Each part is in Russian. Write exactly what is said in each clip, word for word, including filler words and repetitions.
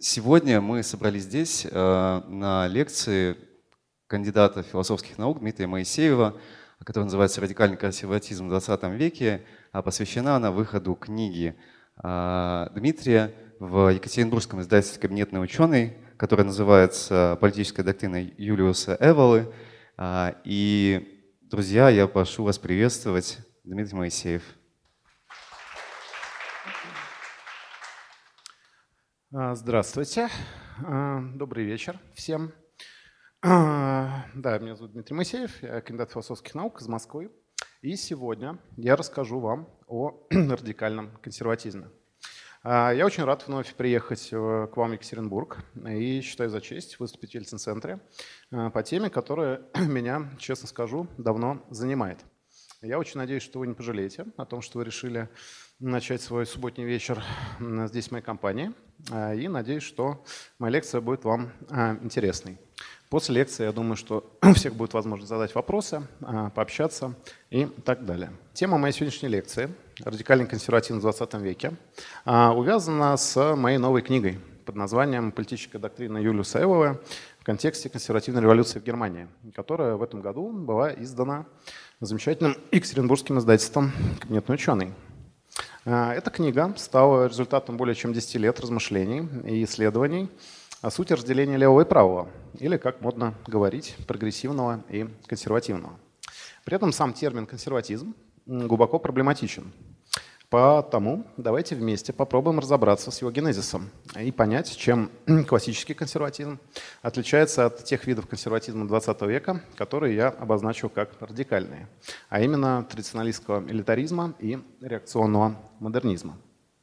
Сегодня мы собрались здесь э, на лекции кандидата философских наук Дмитрия Моисеева, которая называется «Радикальный консерватизм в двадцатом веке», а посвящена она выходу книги э, Дмитрия в Екатеринбургском издательстве «Кабинетный ученый», которая называется «Политическая доктрина Юлиуса Эволы». Э, и, друзья, я прошу вас приветствовать Дмитрий Моисеев. Здравствуйте, добрый вечер всем. Да, меня зовут Дмитрий Моисеев, я кандидат философских наук из Москвы. И сегодня я расскажу вам о радикальном консерватизме. Я очень рад вновь приехать к вам в Екатеринбург и считаю за честь выступить в Ельцин-центре по теме, которая меня, честно скажу, давно занимает. Я очень надеюсь, что вы не пожалеете о том, что вы решили начать свой субботний вечер здесь, в моей компании. И надеюсь, что моя лекция будет вам интересной. После лекции, я думаю, что у всех будет возможность задать вопросы, пообщаться и так далее. Тема моей сегодняшней лекции «Радикальный консерватизм в двадцатом веке» увязана с моей новой книгой под названием «Политическая доктрина Юлиуса Эволы в контексте консервативной революции в Германии», которая в этом году была издана замечательным екатеринбургским издательством «Кабинетный ученый». Эта книга стала результатом более чем десяти лет размышлений и исследований о сути разделения левого и правого, или, как модно говорить, прогрессивного и консервативного. При этом сам термин «консерватизм» глубоко проблематичен. Поэтому давайте вместе попробуем разобраться с его генезисом и понять, чем классический консерватизм отличается от тех видов консерватизма двадцатого века, которые я обозначил как радикальные, а именно традиционалистского элитаризма и реакционного модернизма.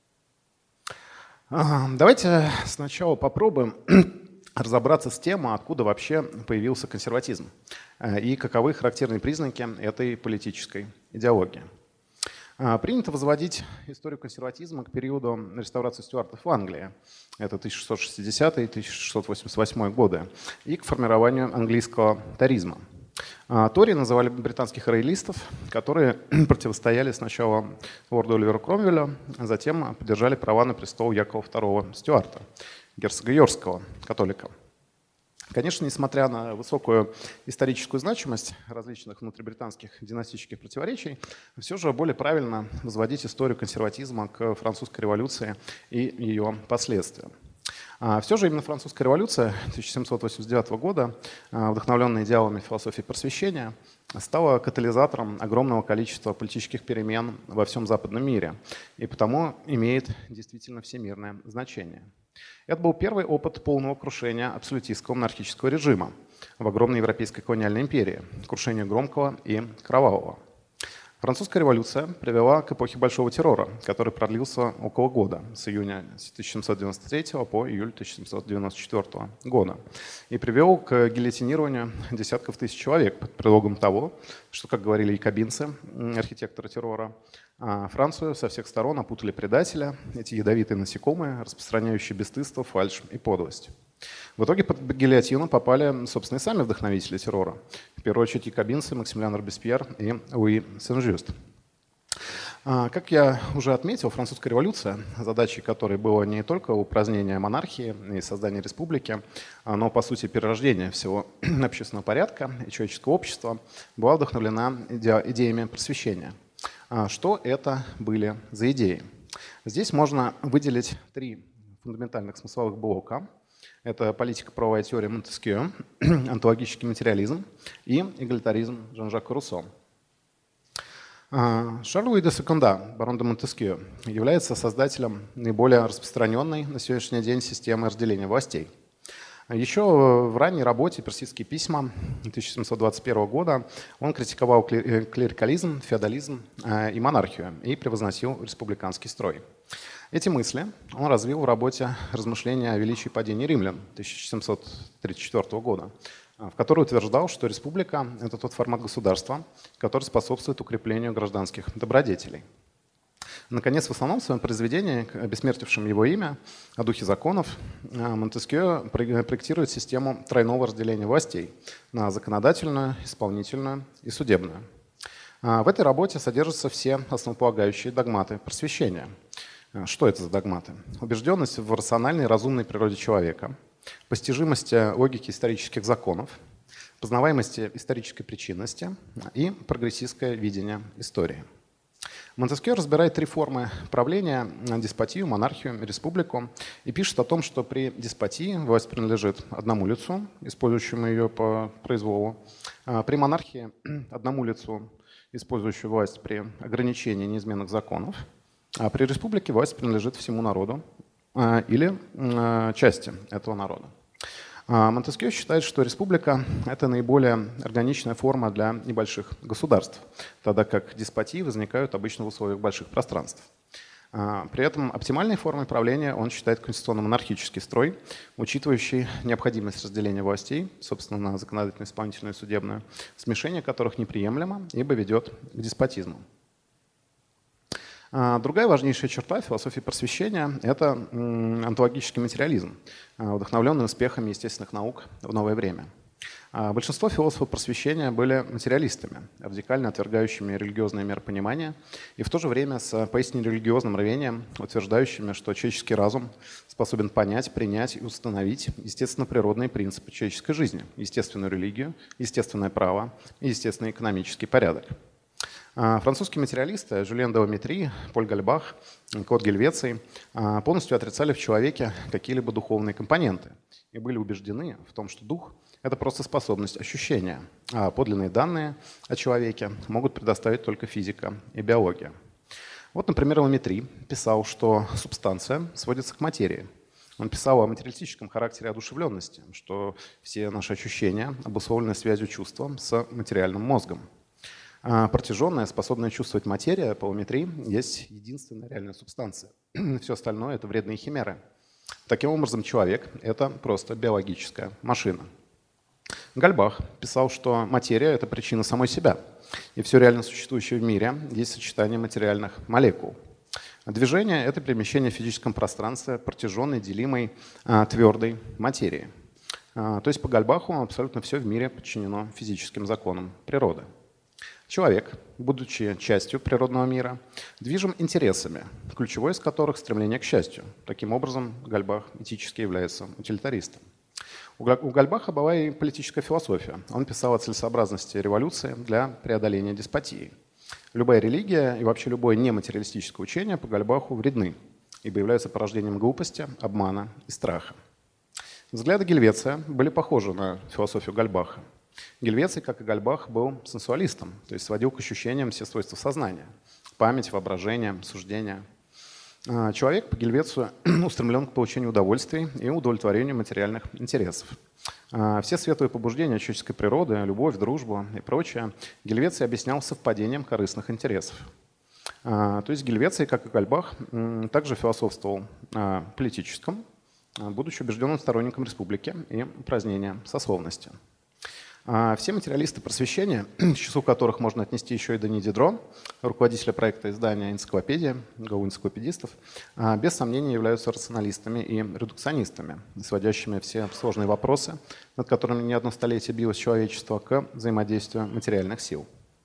Давайте сначала попробуем разобраться с темой, откуда вообще появился консерватизм и каковы характерные признаки этой политической идеологии. Принято возводить историю консерватизма к периоду реставрации стюартов в Англии, это тысяча шестьсот шестидесятый — тысяча шестьсот восемьдесят восьмой годы, и к формированию английского таризма. Тори называли британских роялистов, которые противостояли сначала лорду Оливеру Кромвелю, а затем поддержали права на престол Якова второго Стюарта, герцога Йоркского, католика. Конечно, несмотря на высокую историческую значимость различных внутрибританских династических противоречий, все же более правильно возводить историю консерватизма к французской революции и ее последствиям. Все же именно французская революция тысяча семьсот восемьдесят девятого года, вдохновленная идеалами философии просвещения, стала катализатором огромного количества политических перемен во всем западном мире и потому имеет действительно всемирное значение. Это был первый опыт полного крушения абсолютистского монархического режима в огромной европейской колониальной империи, крушения громкого и кровавого. Французская революция привела к эпохе Большого террора, который продлился около года, с июня тысяча семьсот девяносто третьего по июль тысяча семьсот девяносто четвёртого года, и привел к гильотинированию десятков тысяч человек под предлогом того, что, как говорили якобинцы, архитекторы террора, Францию со всех сторон опутали предателя, эти ядовитые насекомые, распространяющие бесстыдство, фальшь и подлость. В итоге под гильотину попали, собственно, и сами вдохновители террора. В первую очередь якобинцы Максимилиан Робеспьер и Луи Сен-Жюст. Как я уже отметил, французская революция, задачей которой было не только упразднение монархии и создание республики, но, по сути, перерождение всего общественного порядка и человеческого общества, была вдохновлена идеями просвещения. Что это были за идеи? Здесь можно выделить три фундаментальных смысловых блока. Это политика-правовая теория Монтескьё, онтологический материализм и эгалитаризм Жан-Жака Руссо. Шарль-Луи де Секонда, барон де Монтескьё, является создателем наиболее распространенной на сегодняшний день системы разделения властей. Еще в ранней работе «Персидские письма» тысяча семьсот двадцать первого года он критиковал клерикализм, феодализм и монархию и превозносил республиканский строй. Эти мысли он развил в работе «Размышления о величии падения римлян» тысяча семьсот тридцать четвёртого года, в которой утверждал, что республика – это тот формат государства, который способствует укреплению гражданских добродетелей. Наконец, в основном своем произведении, обессмертившем его имя, «О духе законов», Монтескьё проектирует систему тройного разделения властей на законодательную, исполнительную и судебную. В этой работе содержатся все основополагающие догматы просвещения. Что это за догматы? Убежденность в рациональной и разумной природе человека, постижимости логики исторических законов, познаваемости исторической причинности и прогрессистское видение истории. Монтескье разбирает три формы правления: деспотию, монархию, республику, и пишет о том, что при деспотии власть принадлежит одному лицу, использующему ее по произволу, при монархии – одному лицу, использующему власть при ограничении неизменных законов, а при республике власть принадлежит всему народу или части этого народа. Монтескье считает, что республика – это наиболее органичная форма для небольших государств, тогда как деспотии возникают обычно в условиях больших пространств. При этом оптимальной формой правления он считает конституционно-монархический строй, учитывающий необходимость разделения властей, собственно, на законодательную, исполнительную и судебную, смешение которых неприемлемо, ибо ведет к деспотизму. Другая важнейшая черта философии просвещения – это онтологический материализм, вдохновленный успехами естественных наук в новое время. Большинство философов просвещения были материалистами, радикально отвергающими религиозное миропонимание и в то же время с поистине религиозным рвением, утверждающими, что человеческий разум способен понять, принять и установить естественно-природные принципы человеческой жизни, естественную религию, естественное право и естественный экономический порядок. Французские материалисты Жюльен де Ламетри, Поль Гальбах, Клод Гельвеций полностью отрицали в человеке какие-либо духовные компоненты и были убеждены в том, что дух – это просто способность ощущения, а подлинные данные о человеке могут предоставить только физика и биология. Вот, например, Ламетри писал, что субстанция сводится к материи. Он писал о материалистическом характере одушевленности, что все наши ощущения обусловлены связью чувства с материальным мозгом. Протяженная, способная чувствовать материя, по Ламетри, есть единственная реальная субстанция. Все остальное – это вредные химеры. Таким образом, человек – это просто биологическая машина. Гальбах писал, что материя – это причина самой себя, и все реально существующее в мире есть сочетание материальных молекул. Движение – это перемещение в физическом пространстве протяженной, делимой, твердой материи. То есть по Гальбаху абсолютно все в мире подчинено физическим законам природы. Человек, будучи частью природного мира, движим интересами, ключевой из которых стремление к счастью. Таким образом, Гальбах этически является утилитаристом. У Гальбаха была и политическая философия. Он писал о целесообразности революции для преодоления деспотии. Любая религия и вообще любое нематериалистическое учение по Гальбаху вредны, ибо являются порождением глупости, обмана и страха. Взгляды Гельвеция были похожи на философию Гальбаха. Гельвеций, как и Гальбах, был сенсуалистом, то есть сводил к ощущениям все свойства сознания – память, воображение, суждение. Человек по Гельвецию устремлен к получению удовольствий и удовлетворению материальных интересов. Все светлые побуждения человеческой природы, любовь, дружбу и прочее, Гельвеций объяснял совпадением корыстных интересов. То есть Гельвеций, как и Гальбах, также философствовал о политическом, будучи убежденным сторонником республики и упразднения сословности. Все материалисты просвещения, к числу которых можно отнести еще и Дени Дидро, руководителя проекта издания «Энциклопедия», ГАУ энциклопедистов, без сомнения являются рационалистами и редукционистами, сводящими все сложные вопросы, над которыми не одно столетие билось человечество, к взаимодействию материальных сил.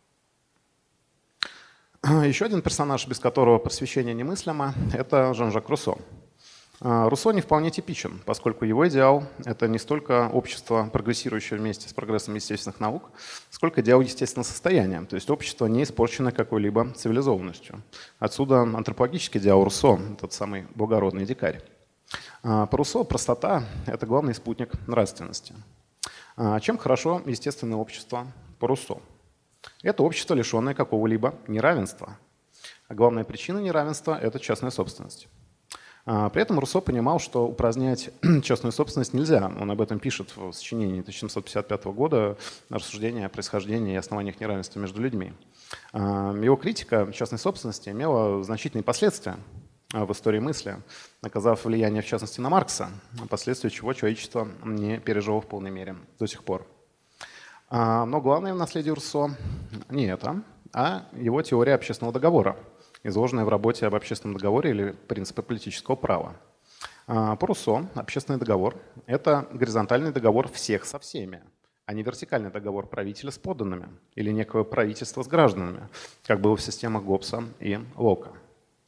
Еще один персонаж, без которого просвещение немыслимо, это Жан-Жак Руссо. Руссо не вполне типичен, поскольку его идеал – это не столько общество, прогрессирующее вместе с прогрессом естественных наук, сколько идеал естественного состояния, то есть общество, не испорченное какой-либо цивилизованностью. Отсюда антропологический идеал Руссо, тот самый благородный дикарь. По Руссо простота – это главный спутник нравственности. Чем хорошо естественное общество по Руссо? Это общество, лишенное какого-либо неравенства. А главная причина неравенства – это частная собственность. При этом Руссо понимал, что упразднять частную собственность нельзя. Он об этом пишет в сочинении тысяча семьсот пятьдесят пятого года «Рассуждения о происхождении и основаниях неравенства между людьми». Его критика частной собственности имела значительные последствия в истории мысли, оказав влияние, в частности, на Маркса, последствия чего человечество не пережило в полной мере до сих пор. Но главное в наследии Руссо не это, а его теория общественного договора, изложенная в работе об общественном договоре или принципы политического права. По Руссо общественный договор – это горизонтальный договор всех со всеми, а не вертикальный договор правителя с подданными или некого правительства с гражданами, как было в системах Гоббса и Лока.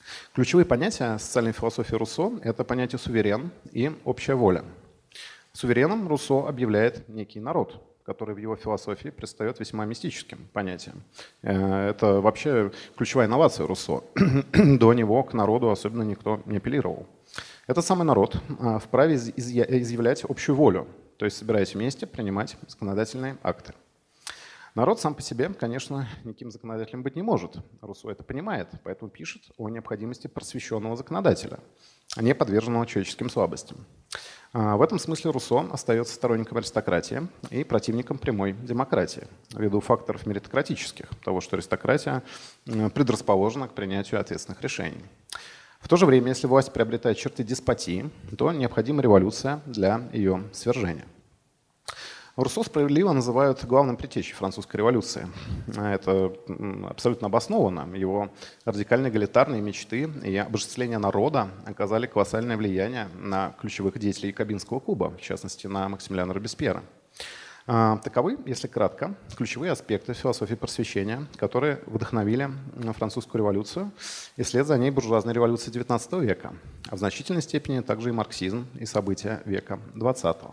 Ключевые понятия социальной философии Руссо – это понятие суверен и общая воля. Сувереном Руссо объявляет некий народ, который в его философии предстает весьма мистическим понятием. Это вообще ключевая инновация Руссо. До него к народу особенно никто не апеллировал. Этот самый народ вправе изъявлять общую волю, то есть собираясь вместе принимать законодательные акты. Народ сам по себе, конечно, никаким законодателем быть не может. Руссо это понимает, поэтому пишет о необходимости просвещенного законодателя, а не подверженного человеческим слабостям. В этом смысле Руссо остается сторонником аристократии и противником прямой демократии, ввиду факторов меритократических, того, что аристократия предрасположена к принятию ответственных решений. В то же время, если власть приобретает черты деспотии, то необходима революция для ее свержения. Руссо справедливо называют главным предтечей французской революции. Это абсолютно обоснованно. Его радикально-эгалитарные мечты и обожествление народа оказали колоссальное влияние на ключевых деятелей Кабинского клуба, в частности, на Максимилиана Робеспьера. Таковы, если кратко, ключевые аспекты философии просвещения, которые вдохновили французскую революцию и вслед за ней буржуазной революции девятнадцатого века, а в значительной степени также и марксизм и события века двадцатого.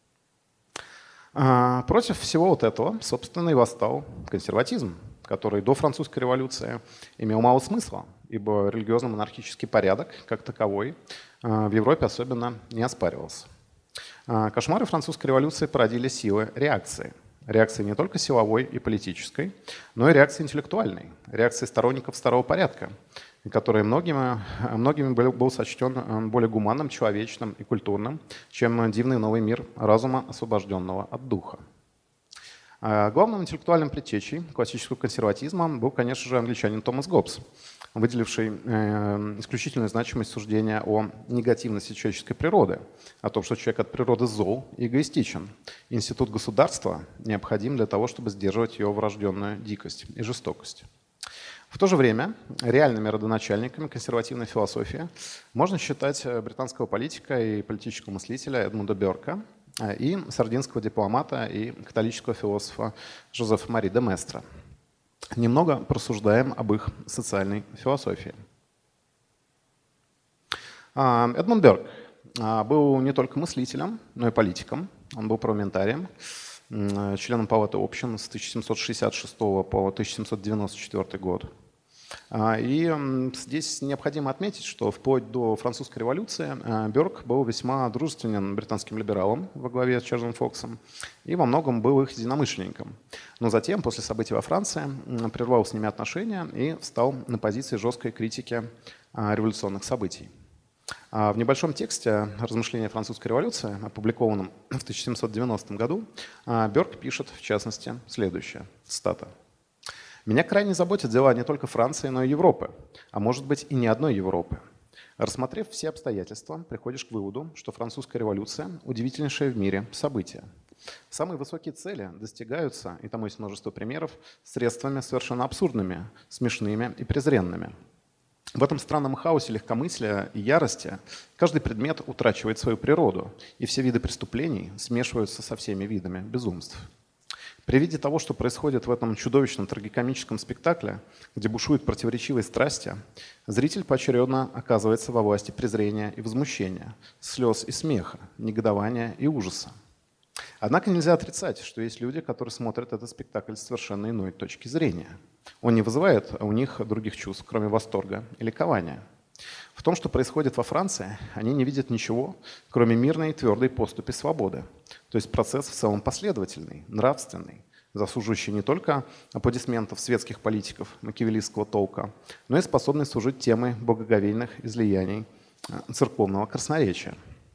Против всего вот этого, собственно, и восстал консерватизм, который до французской революции имел мало смысла, ибо религиозно-монархический порядок, как таковой, в Европе особенно не оспаривался. Кошмары французской революции породили силы реакции. Реакции не только силовой и политической, но и реакции интеллектуальной, реакции сторонников старого порядка, который многими, многими был, был сочтен более гуманным, человечным и культурным, чем дивный новый мир разума, освобожденного от духа. Главным интеллектуальным предтечей классического консерватизма был, конечно же, англичанин Томас Гоббс, выделивший исключительную значимость суждения о негативности человеческой природы, о том, что человек от природы зол и эгоистичен. Институт государства необходим для того, чтобы сдерживать ее врожденную дикость и жестокость. В то же время реальными родоначальниками консервативной философии можно считать британского политика и политического мыслителя Эдмунда Бёрка и сардинского дипломата и католического философа Жозефа Мари де Местра. Немного просуждаем об их социальной философии. Эдмунд Бёрк был не только мыслителем, но и политиком. Он был парламентарием, членом Палаты общин с тысяча семьсот шестьдесят шестого по тысяча семьсот девяносто четвёртый год. И здесь необходимо отметить, что вплоть до французской революции Бёрк был весьма дружественен британским либералам во главе с Чарльзом Фоксом и во многом был их единомышленником. Но затем, после событий во Франции, прервал с ними отношения и встал на позиции жесткой критики революционных событий. В небольшом тексте «Размышления французской революции», опубликованном в тысяча семьсот девяностом году, Бёрк пишет, в частности, следующее, цитата. «Меня крайне заботят дела не только Франции, но и Европы, а может быть и не одной Европы. Рассмотрев все обстоятельства, приходишь к выводу, что французская революция – удивительнейшее в мире событие. Самые высокие цели достигаются, и тому есть множество примеров, средствами совершенно абсурдными, смешными и презренными. В этом странном хаосе легкомыслия и ярости каждый предмет утрачивает свою природу, и все виды преступлений смешиваются со всеми видами безумств. При виде того, что происходит в этом чудовищном трагикомическом спектакле, где бушуют противоречивые страсти, зритель поочередно оказывается во власти презрения и возмущения, слез и смеха, негодования и ужаса. Однако нельзя отрицать, что есть люди, которые смотрят этот спектакль с совершенно иной точки зрения. Он не вызывает у них других чувств, кроме восторга и ликования. В том, что происходит во Франции, они не видят ничего, кроме мирной и твердой поступи свободы. То есть процесс в целом последовательный, нравственный, заслуживающий не только аплодисментов светских политиков макиавеллистского толка, но и способный служить темой благоговейных излияний церковного красноречия».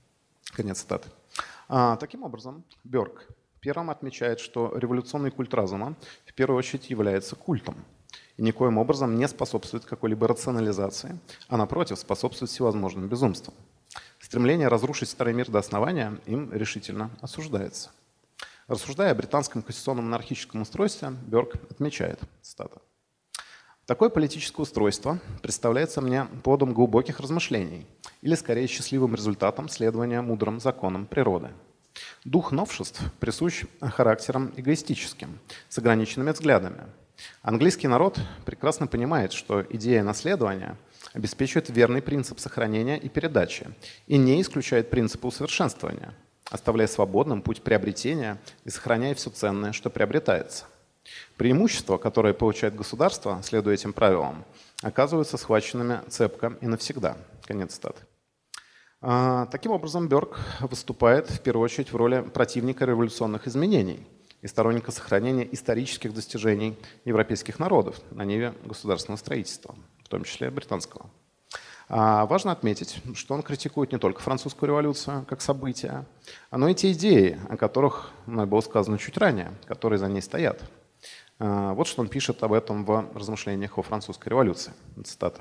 Конец цитаты. А, таким образом, Бёрк первым отмечает, что революционный культ разума в первую очередь является культом и никоим образом не способствует какой-либо рационализации, а напротив способствует всевозможным безумствам. Стремление разрушить старый мир до основания им решительно осуждается. Рассуждая о британском конституционном монархическом устройстве, Бёрк отмечает, цитата, «Такое политическое устройство представляется мне плодом глубоких размышлений или, скорее, счастливым результатом следования мудрым законам природы. Дух новшеств присущ характерам эгоистическим, с ограниченными взглядами. Английский народ прекрасно понимает, что идея наследования обеспечивает верный принцип сохранения и передачи и не исключает принципа усовершенствования, оставляя свободным путь приобретения и сохраняя все ценное, что приобретается. Преимущества, которые получает государство, следуя этим правилам, оказываются схваченными цепко и навсегда. Конец цитаты. Таким образом, Бёрк выступает в первую очередь в роли противника революционных изменений и сторонника сохранения исторических достижений европейских народов на ниве государственного строительства, в том числе британского. А важно отметить, что он критикует не только французскую революцию как событие, но и те идеи, о которых было сказано чуть ранее, которые за ней стоят. Вот что он пишет об этом в размышлениях о французской революции. Цитата.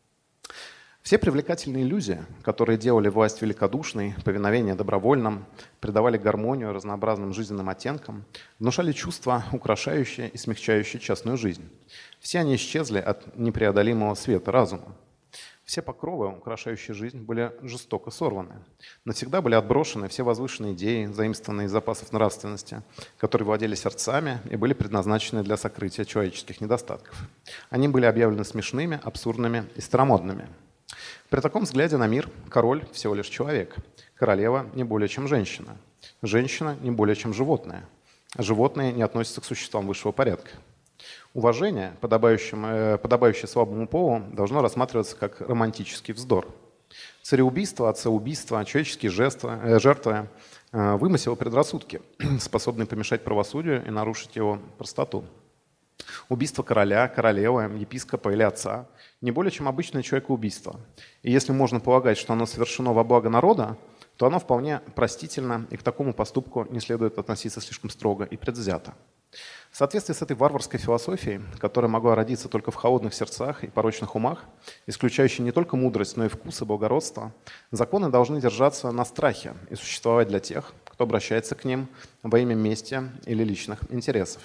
«Все привлекательные иллюзии, которые делали власть великодушной, повиновение добровольным, придавали гармонию разнообразным жизненным оттенкам, внушали чувства, украшающие и смягчающие частную жизнь. Все они исчезли от непреодолимого света разума. Все покровы, украшающие жизнь, были жестоко сорваны. Навсегда были отброшены все возвышенные идеи, заимствованные из запасов нравственности, которые владели сердцами и были предназначены для сокрытия человеческих недостатков. Они были объявлены смешными, абсурдными и старомодными. При таком взгляде на мир король всего лишь человек, королева не более чем женщина, женщина не более чем животное, а животные не относятся к существам высшего порядка. Уважение, подобающее, подобающее слабому полу, должно рассматриваться как романтический вздор. Цареубийство, отцеубийство, человеческие жесты, э, жертвы, э, вымысел и предрассудки, способные помешать правосудию и нарушить его простоту. Убийство короля, королевы, епископа или отца не более чем обычное человекоубийство. И если можно полагать, что оно совершено во благо народа, то оно вполне простительно, и к такому поступку не следует относиться слишком строго и предвзято. В соответствии с этой варварской философией, которая могла родиться только в холодных сердцах и порочных умах, исключающей не только мудрость, но и вкус и благородство, законы должны держаться на страхе и существовать для тех, кто обращается к ним во имя мести или личных интересов.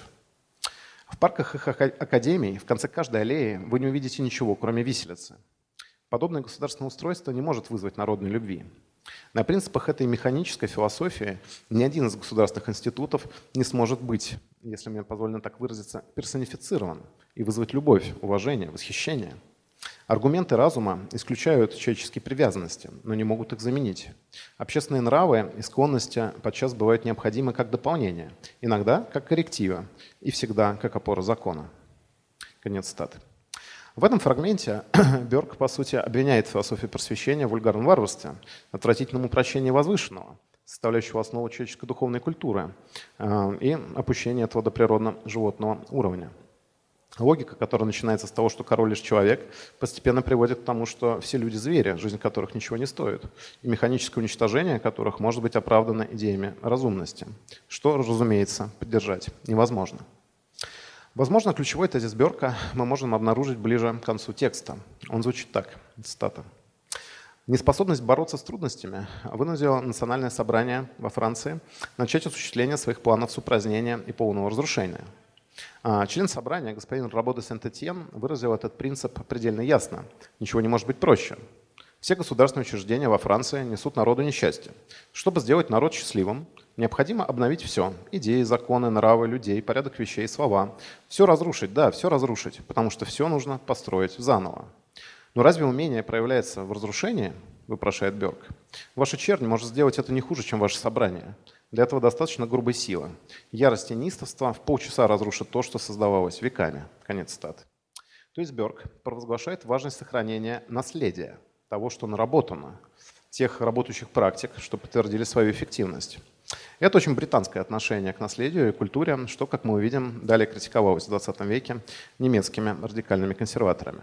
В парках их академий в конце каждой аллеи вы не увидите ничего, кроме виселицы. Подобное государственное устройство не может вызвать народной любви. На принципах этой механической философии ни один из государственных институтов не сможет быть, если мне позволено так выразиться, персонифицирован и вызвать любовь, уважение, восхищение. Аргументы разума исключают человеческие привязанности, но не могут их заменить. Общественные нравы и склонности подчас бывают необходимы как дополнение, иногда как корректива и всегда как опора закона. Конец цитаты. В этом фрагменте Бёрк, по сути, обвиняет философию просвещения в вульгарном варварстве, отвратительном упрощении возвышенного, составляющего основу человеческой духовной культуры, и опущении этого до природно-животного уровня. Логика, которая начинается с того, что король лишь человек, постепенно приводит к тому, что все люди звери, жизнь которых ничего не стоит, и механическое уничтожение которых может быть оправдано идеями разумности, что, разумеется, поддержать невозможно. Возможно, ключевой тезис Бёрка мы можем обнаружить ближе к концу текста. Он звучит так, цитата. «Неспособность бороться с трудностями вынудила Национальное собрание во Франции начать осуществление своих планов с упразднения и полного разрушения. Член собрания, господин Рабо де Сент-Этьен, выразил этот принцип предельно ясно. Ничего не может быть проще. Все государственные учреждения во Франции несут народу несчастье. Чтобы сделать народ счастливым, необходимо обновить все. Идеи, законы, нравы, людей, порядок вещей, слова. Все разрушить, да, все разрушить, потому что все нужно построить заново. Но разве умение проявляется в разрушении, вопрошает Бёрк. Ваша чернь может сделать это не хуже, чем ваше собрание. Для этого достаточно грубой силы. Ярость и неистовство в полчаса разрушит то, что создавалось веками. Конец цитаты. То есть Бёрк провозглашает важность сохранения наследия, того, что наработано, тех работающих практик, что подтвердили свою эффективность. Это очень британское отношение к наследию и культуре, что, как мы увидим, далее критиковалось в двадцатом веке немецкими радикальными консерваторами.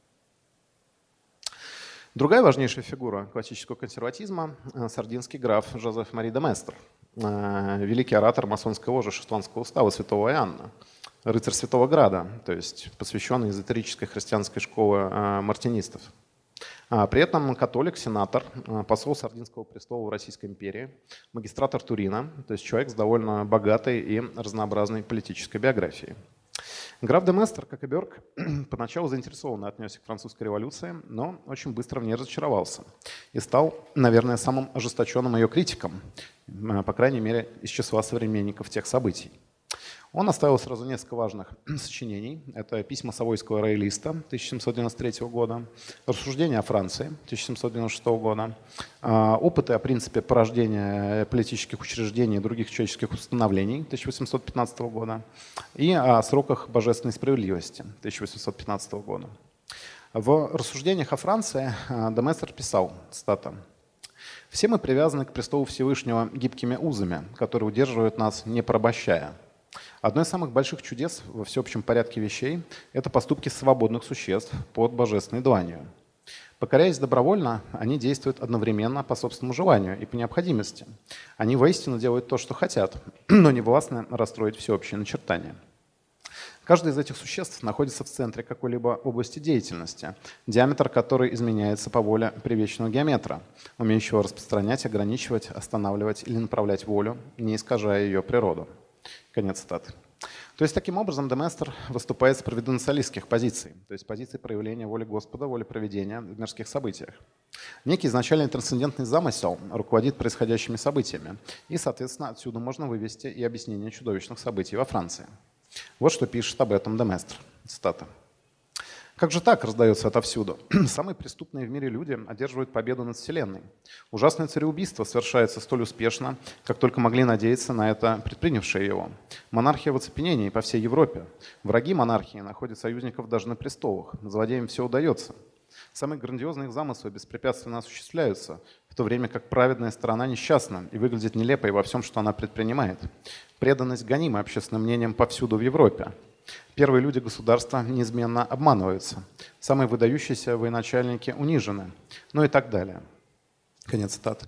Другая важнейшая фигура классического консерватизма – сардинский граф Жозеф Мари де Местр, великий оратор масонской ложи Шотландского устава святого Иоанна, рыцарь Святого Града, то есть посвященный эзотерической христианской школы мартинистов. При этом католик, сенатор, посол Сардинского престола в Российской империи, магистратор Турина, то есть человек с довольно богатой и разнообразной политической биографией. Граф де Местр, как и Бёрк, поначалу заинтересованно отнесся к французской революции, но очень быстро в ней разочаровался и стал, наверное, самым ожесточенным ее критиком, по крайней мере, из числа современников тех событий. Он оставил сразу несколько важных сочинений. Это «Письма Савойского роялиста» тысяча семьсот девяносто третьего года, «Рассуждения о Франции» тысяча семьсот девяносто шестого года, «Опыты о принципе порождения политических учреждений и других человеческих установлений» тысяча восемьсот пятнадцатого года и «О сроках божественной справедливости» тысяча восемьсот пятнадцатого года. В «Рассуждениях о Франции» де Месстер писал, цитата: «Все мы привязаны к престолу Всевышнего гибкими узами, которые удерживают нас, не порабощая. Одно из самых больших чудес во всеобщем порядке вещей – это поступки свободных существ под божественной дланью. Покоряясь добровольно, они действуют одновременно по собственному желанию и по необходимости. Они воистину делают то, что хотят, но не властны расстроить всеобщее начертание. Каждый из этих существ находится в центре какой-либо области деятельности, диаметр которой изменяется по воле привечного геометра, умеющего распространять, ограничивать, останавливать или направлять волю, не искажая ее природу». Конец цитаты. То есть, таким образом, де Месстер выступает с провиденциалистских позиций, то есть позиций проявления воли Господа, воли провидения в мирских событиях. Некий изначальный трансцендентный замысел руководит происходящими событиями, и, соответственно, отсюда можно вывести и объяснение чудовищных событий во Франции. Вот что пишет об этом де Месстер. Цитата. «Как же так?» — раздается отовсюду. «Самые преступные в мире люди одерживают победу над Вселенной. Ужасное цареубийство совершается столь успешно, как только могли надеяться на это предпринявшие его. Монархия в оцепенении по всей Европе. Враги монархии находят союзников даже на престолах. Злодеям все удается. Самые грандиозные их замыслы беспрепятственно осуществляются, в то время как праведная сторона несчастна и выглядит нелепой во всем, что она предпринимает. Преданность гонима общественным мнением повсюду в Европе. Первые люди государства неизменно обманываются. Самые выдающиеся военачальники унижены. Ну и так далее». Конец цитаты.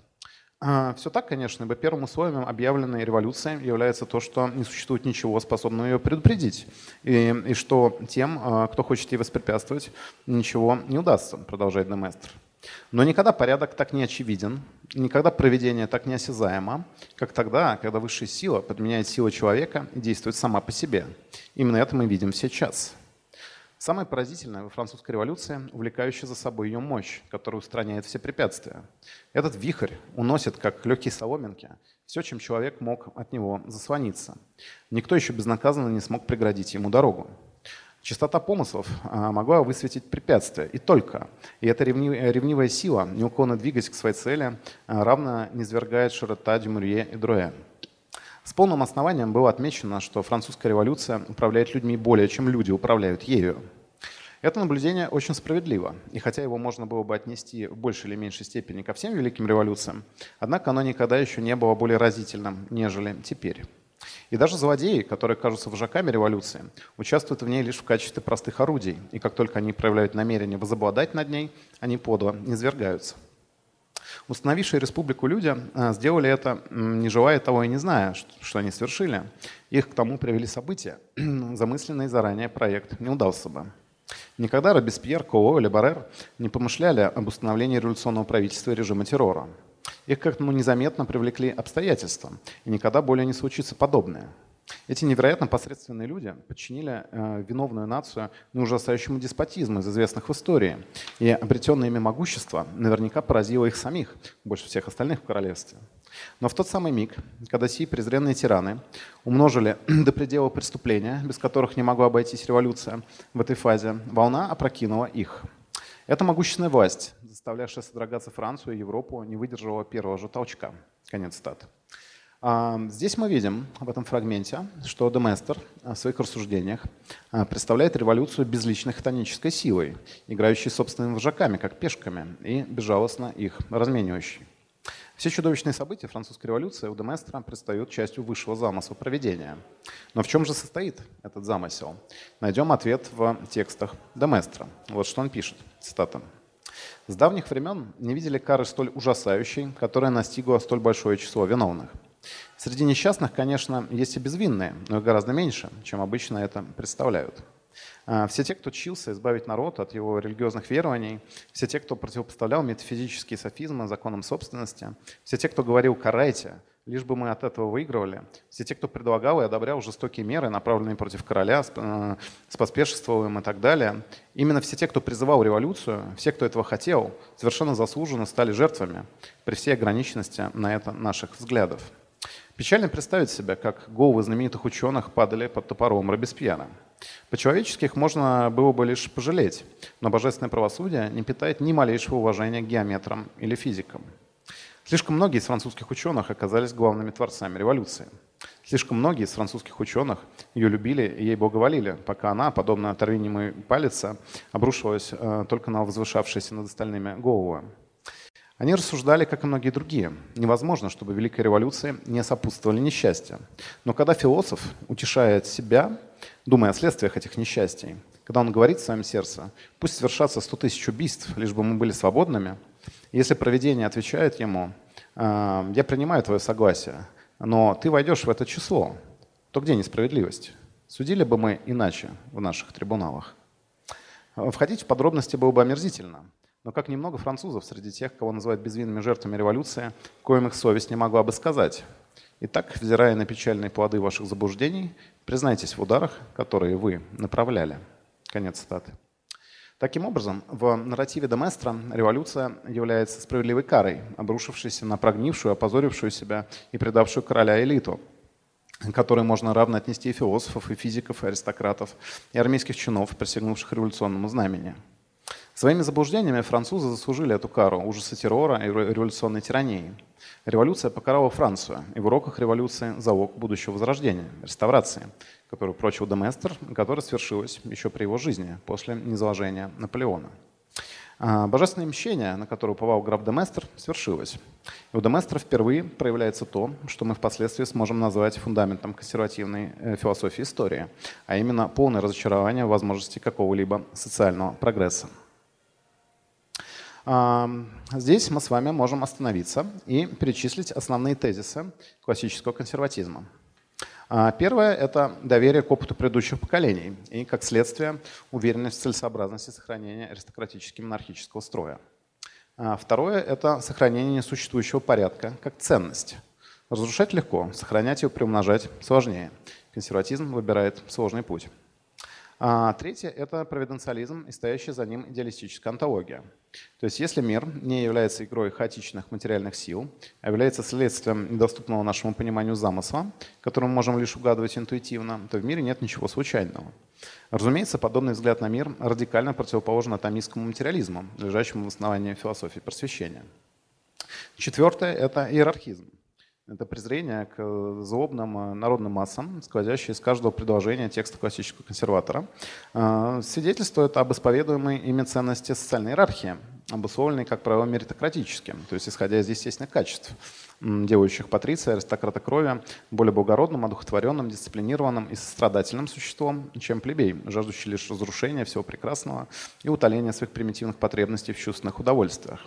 Все так, конечно, ибо первым условием объявленной революции является то, что не существует ничего, способного ее предупредить, и, и что тем, кто хочет ей воспрепятствовать, ничего не удастся, продолжает де Месстер. Но никогда порядок так не очевиден, никогда провидение так не осязаемо, как тогда, когда высшая сила подменяет силу человека и действует сама по себе. Именно это мы видим сейчас. Самое поразительное во французской революции – увлекающая за собой ее мощь, которая устраняет все препятствия. Этот вихрь уносит, как легкие соломинки, все, чем человек мог от него заслониться. Никто еще безнаказанно не смог преградить ему дорогу. Чистота помыслов могла высветить препятствия, и только. И эта ревнивая сила, неуклонно двигаясь к своей цели, равно низвергает Широта, Дюмурье и Дrouet. С полным основанием было отмечено, что французская революция управляет людьми более, чем люди управляют ею. Это наблюдение очень справедливо, и хотя его можно было бы отнести в большей или меньшей степени ко всем великим революциям, однако оно никогда еще не было более разительным, нежели теперь. И даже злодеи, которые кажутся вожаками революции, участвуют в ней лишь в качестве простых орудий, и как только они проявляют намерение возобладать над ней, они подло низвергаются. Установившие республику люди сделали это, не желая того и не зная, что они совершили. Их к тому привели события. Замысленный заранее проект не удался бы. Никогда Робеспьер, Коло или Баррер не помышляли об установлении революционного правительства и режима террора. Их как-то незаметно привлекли обстоятельства, и никогда более не случится подобное. Эти невероятно посредственные люди подчинили э, виновную нацию ужасающему деспотизму из известных в истории, и обретенное ими могущество наверняка поразило их самих, больше всех остальных в королевстве. Но в тот самый миг, когда сии презренные тираны умножили до предела преступления, без которых не могла обойтись революция в этой фазе, волна опрокинула их. Эта могущественная власть, заставлявшая содрогаться Францию и Европу, не выдержала первого же толчка. Конец цитаты. Здесь мы видим в этом фрагменте, что де Месстер в своих рассуждениях представляет революцию безличной хтонической силой, играющей собственными вожаками, как пешками, и безжалостно их разменивающей. Все чудовищные события французской революции у де Месстера предстают частью высшего замысла провидения. Но в чем же состоит этот замысел? Найдем ответ в текстах де Месстера. Вот что он пишет, цитата. «С давних времен не видели кары столь ужасающей, которая настигла столь большое число виновных. Среди несчастных, конечно, есть и безвинные, но их гораздо меньше, чем обычно это представляют. Все те, кто чился избавить народ от его религиозных верований, все те, кто противопоставлял метафизические софизмы законам собственности, все те, кто говорил «карайте», лишь бы мы от этого выигрывали, все те, кто предлагал и одобрял жестокие меры, направленные против короля, споспешествовал им и так далее, именно все те, кто призывал революцию, все, кто этого хотел, совершенно заслуженно стали жертвами при всей ограниченности на это наших взглядов. Печально представить себе, как головы знаменитых ученых падали под топором Робеспьера. По-человечески их можно было бы лишь пожалеть, но божественное правосудие не питает ни малейшего уважения к геометрам или физикам. Слишком многие из французских ученых оказались главными творцами революции. Слишком многие из французских ученых ее любили и ей благоволили, пока она, подобно оторвинимой палице, обрушивалась э, только на возвышавшиеся над остальными головы. Они рассуждали, как и многие другие. Невозможно, чтобы Великой революции не сопутствовали несчастья. Но когда философ утешает себя, думая о следствиях этих несчастий, когда он говорит в своем сердце, пусть свершатся сто тысяч убийств, лишь бы мы были свободными, если провидение отвечает ему, я принимаю твое согласие, но ты войдешь в это число, то где несправедливость? Судили бы мы иначе в наших трибуналах. Входить в подробности было бы омерзительно. Но как немного французов среди тех, кого называют безвинными жертвами революции, коим их совесть не могла бы сказать. Итак, взирая на печальные плоды ваших заблуждений, признайтесь в ударах, которые вы направляли. Конец цитаты. Таким образом, в нарративе де Местра революция является справедливой карой, обрушившейся на прогнившую, опозорившую себя и предавшую короля элиту, которой можно равно отнести и философов, и физиков, и аристократов, и армейских чинов, присягнувших революционному знамени. Своими заблуждениями французы заслужили эту кару ужаса террора и революционной тирании. Революция покарала Францию, и в уроках революции залог будущего возрождения, реставрации, которую прочил де Местр, которая свершилась еще при его жизни, после низложения Наполеона. Божественное мщение, на которое уповал граф де Местр, свершилось. И у де Местра впервые проявляется то, что мы впоследствии сможем назвать фундаментом консервативной философии истории, а именно полное разочарование в возможности какого-либо социального прогресса. Здесь мы с вами можем остановиться и перечислить основные тезисы классического консерватизма. Первое – это доверие к опыту предыдущих поколений и, как следствие, уверенность в целесообразности сохранения аристократически-монархического строя. Второе – это сохранение существующего порядка как ценность. Разрушать легко, сохранять и приумножать сложнее. Консерватизм выбирает сложный путь. А третье – это провиденциализм и стоящая за ним идеалистическая онтология. То есть если мир не является игрой хаотичных материальных сил, а является следствием недоступного нашему пониманию замысла, который мы можем лишь угадывать интуитивно, то в мире нет ничего случайного. Разумеется, подобный взгляд на мир радикально противоположен атомистскому материализму, лежащему в основании философии просвещения. Четвертое – это иерархизм. Это презрение к злобным народным массам, сквозящее из каждого предложения текста классического консерватора, свидетельствует об исповедуемой ими ценности социальной иерархии, обусловленной, как правило, меритократически, то есть исходя из естественных качеств, делающих патриция, аристократа крови более благородным, одухотворенным, дисциплинированным и сострадательным существом, чем плебей, жаждущий лишь разрушения всего прекрасного и утоления своих примитивных потребностей в чувственных удовольствиях.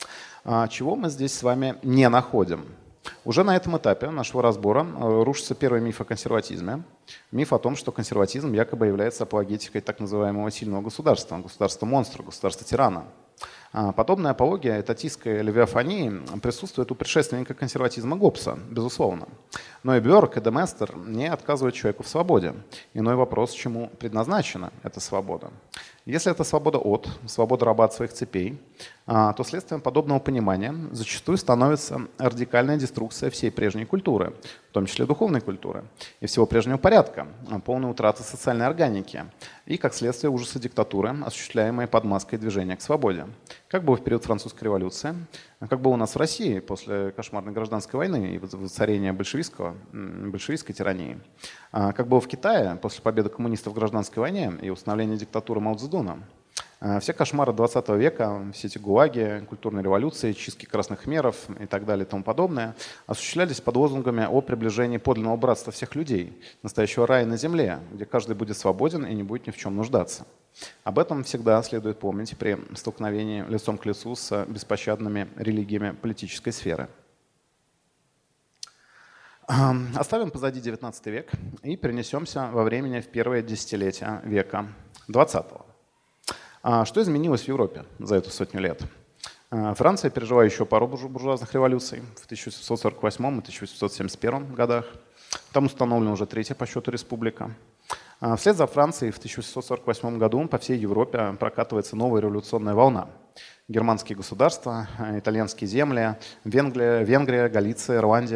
Чего мы здесь с вами не находим? Уже на этом этапе нашего разбора рушится первый миф о консерватизме. Миф о том, что консерватизм якобы является апологетикой так называемого сильного государства, государства-монстра, государства-тирана. Подобная апология этатистской левиафонии присутствует у предшественника консерватизма Гоббса, безусловно. Но и Бёрк, и де Местр не отказывают человеку в свободе. Иной вопрос, чему предназначена эта свобода. Если это свобода от, свобода раба от своих цепей, то следствием подобного понимания зачастую становится радикальная деструкция всей прежней культуры, в том числе духовной культуры, и всего прежнего порядка, полная утрата социальной органики и, как следствие, ужасы диктатуры, осуществляемые под маской движения к свободе. Как было в период французской революции, как было у нас в России после кошмарной гражданской войны и воцарения большевистского, большевистской тирании, как было в Китае после победы коммунистов в гражданской войне и установления диктатуры Мао Цзэдуна. Все кошмары двадцатого века, все эти гулаги, культурные революции, чистки красных хмеров и так далее и тому подобное осуществлялись под лозунгами о приближении подлинного братства всех людей, настоящего рая на земле, где каждый будет свободен и не будет ни в чем нуждаться. Об этом всегда следует помнить при столкновении лицом к лицу с беспощадными религиями политической сферы. Оставим позади девятнадцатый век и перенесемся во времени в первое десятилетие века двадцатого. Что изменилось в Европе за эту сотню лет? Франция пережила еще пару буржуазных революций в тысяча восемьсот сорок восьмом и тысяча восемьсот семьдесят первом годах. Там установлена уже третья по счету республика. Вслед за Францией в тысяча восемьсот сорок восьмом году по всей Европе прокатывается новая революционная волна. Германские государства, итальянские земли, Венгрия, Венгрия, Галиция, Ирландия,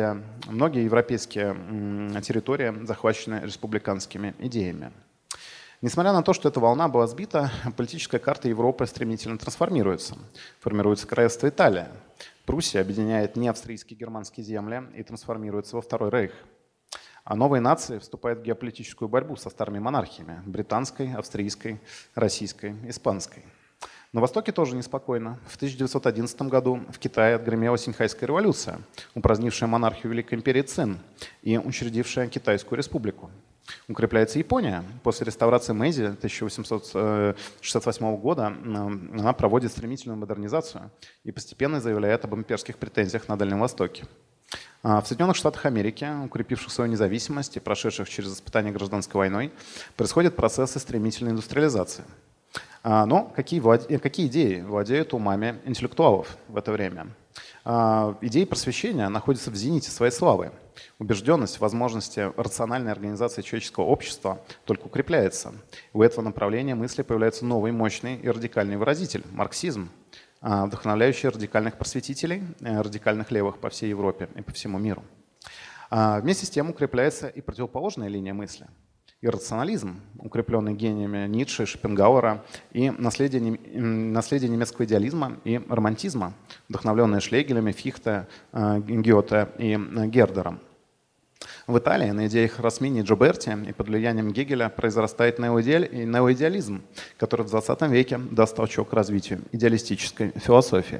Многие европейские территории захвачены республиканскими идеями. Несмотря на то, что эта волна была сбита, политическая карта Европы стремительно трансформируется. Формируется королевство Италия. Пруссия объединяет не австрийские и германские земли и трансформируется во Второй рейх. А новые нации вступают в геополитическую борьбу со старыми монархиями – британской, австрийской, российской, испанской. На Востоке тоже неспокойно. В тысяча девятьсот одиннадцатом году в Китае отгремела Синьхайская революция, упразднившая монархию Великой империи Цин и учредившая Китайскую республику. Укрепляется Япония. После реставрации Мэйдзи тысяча восемьсот шестьдесят восьмого года она проводит стремительную модернизацию и постепенно заявляет об имперских претензиях на Дальнем Востоке. В Соединенных Штатах Америки, укрепивших свою независимость и прошедших через испытания гражданской войной, происходят процессы стремительной индустриализации. Но какие, какие идеи владеют умами интеллектуалов в это время? Идеи просвещения находятся в зените своей славы. Убежденность в возможности рациональной организации человеческого общества только укрепляется. У этого направления мысли появляется новый, мощный и радикальный выразитель – марксизм, вдохновляющий радикальных просветителей, радикальных левых по всей Европе и по всему миру. Вместе с тем укрепляется и противоположная линия мысли – иррационализм, укрепленный гениями Ницше, Шопенгауэра, и наследие, наследие немецкого идеализма и романтизма, вдохновленное Шлегелем, Фихте, Гёте и Гердером. В Италии на идеях Росмини и Джоберти и под влиянием Гегеля произрастает неоидеализм, который в двадцатом веке даст толчок к развитию идеалистической философии.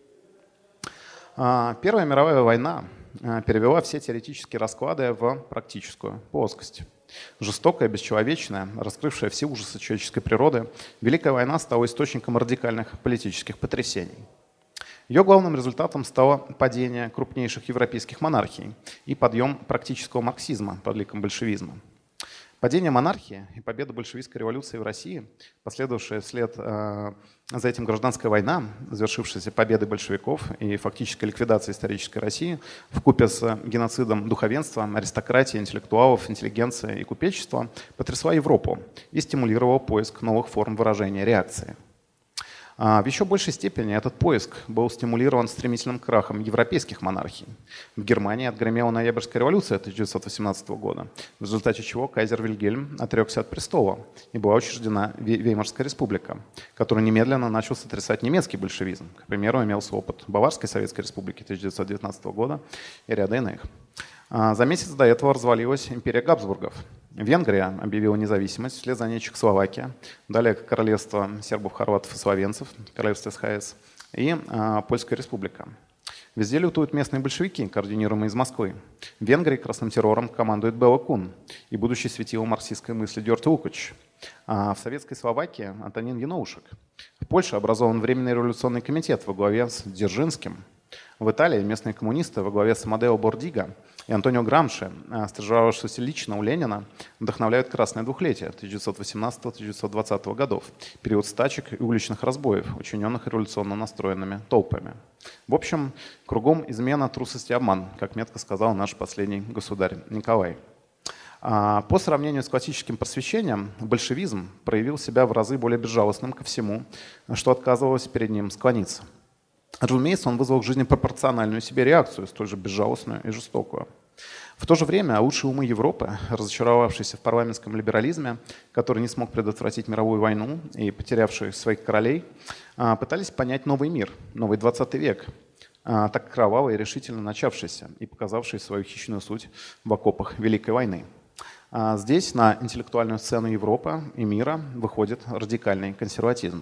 Первая мировая война перевела все теоретические расклады в практическую плоскость. Жестокая, бесчеловечная, раскрывшая все ужасы человеческой природы, Великая война стала источником радикальных политических потрясений. Ее главным результатом стало падение крупнейших европейских монархий и подъем практического марксизма под ликом большевизма. Падение монархии и победа большевистской революции в России, последовавшая вслед э, за этим гражданская война, завершившаяся победой большевиков и фактической ликвидацией исторической России, вкупе с геноцидом духовенства, аристократии, интеллектуалов, интеллигенции и купечества, потрясла Европу и стимулировала поиск новых форм выражения реакции. В еще большей степени этот поиск был стимулирован стремительным крахом европейских монархий. В Германии отгремела Ноябрьская революция тысяча девятьсот восемнадцатого года, в результате чего кайзер Вильгельм отрекся от престола и была учреждена Веймарская республика, которую немедленно начал сотрясать немецкий большевизм. К примеру, имелся опыт Баварской советской республики тысяча девятьсот девятнадцатого года и ряда иных. За месяц до этого развалилась империя Габсбургов. Венгрия объявила независимость, вслед за ней Чехословакия, далее королевство сербов, хорватов и словенцев, королевство СХС, и а, Польская республика. Везде лютуют местные большевики, координируемые из Москвы. В Венгрии красным террором командует Бела Кун и будущий светило марксистской мысли Дёрт Лукач. А в советской Словакии Антонин Яноушек. В Польше образован Временный революционный комитет во главе с Дзержинским. В Италии местные коммунисты во главе с Амадео Бордиго и Антонио Грамши, стажировавшегося лично у Ленина, вдохновляют Красное двухлетие тысяча девятьсот восемнадцатого — тысяча девятьсот двадцатого годов, период стачек и уличных разбоев, учиненных революционно настроенными толпами. В общем, кругом измена, трусость и обман, как метко сказал наш последний государь Николай. По сравнению с классическим просвещением, большевизм проявил себя в разы более безжалостным ко всему, что отказывалось перед ним склониться. Разумеется, он вызвал к жизни пропорциональную себе реакцию, столь же безжалостную и жестокую. В то же время лучшие умы Европы, разочаровавшиеся в парламентском либерализме, который не смог предотвратить мировую войну и потерявшие своих королей, пытались понять новый мир, новый двадцатый век, так кровавый и решительно начавшийся и показавший свою хищную суть в окопах Великой войны. Здесь на интеллектуальную сцену Европы и мира выходит радикальный консерватизм.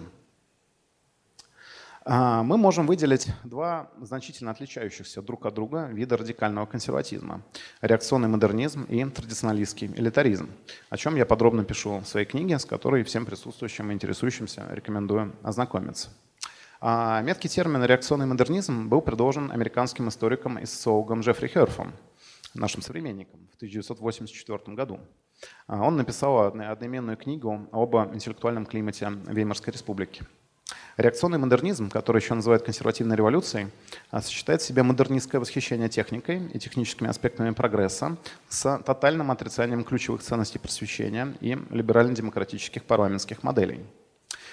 Мы можем выделить два значительно отличающихся друг от друга вида радикального консерватизма – реакционный модернизм и традиционалистский элитаризм, о чем я подробно пишу в своей книге, с которой всем присутствующим и интересующимся рекомендую ознакомиться. Меткий термин «реакционный модернизм» был предложен американским историком и социологом Джеффри Херфом, нашим современником, в тысяча девятьсот восемьдесят четвёртом году. Он написал одноименную книгу об интеллектуальном климате Веймарской республики. Реакционный модернизм, который еще называют консервативной революцией, сочетает в себе модернистское восхищение техникой и техническими аспектами прогресса с тотальным отрицанием ключевых ценностей просвещения и либерально-демократических парламентских моделей.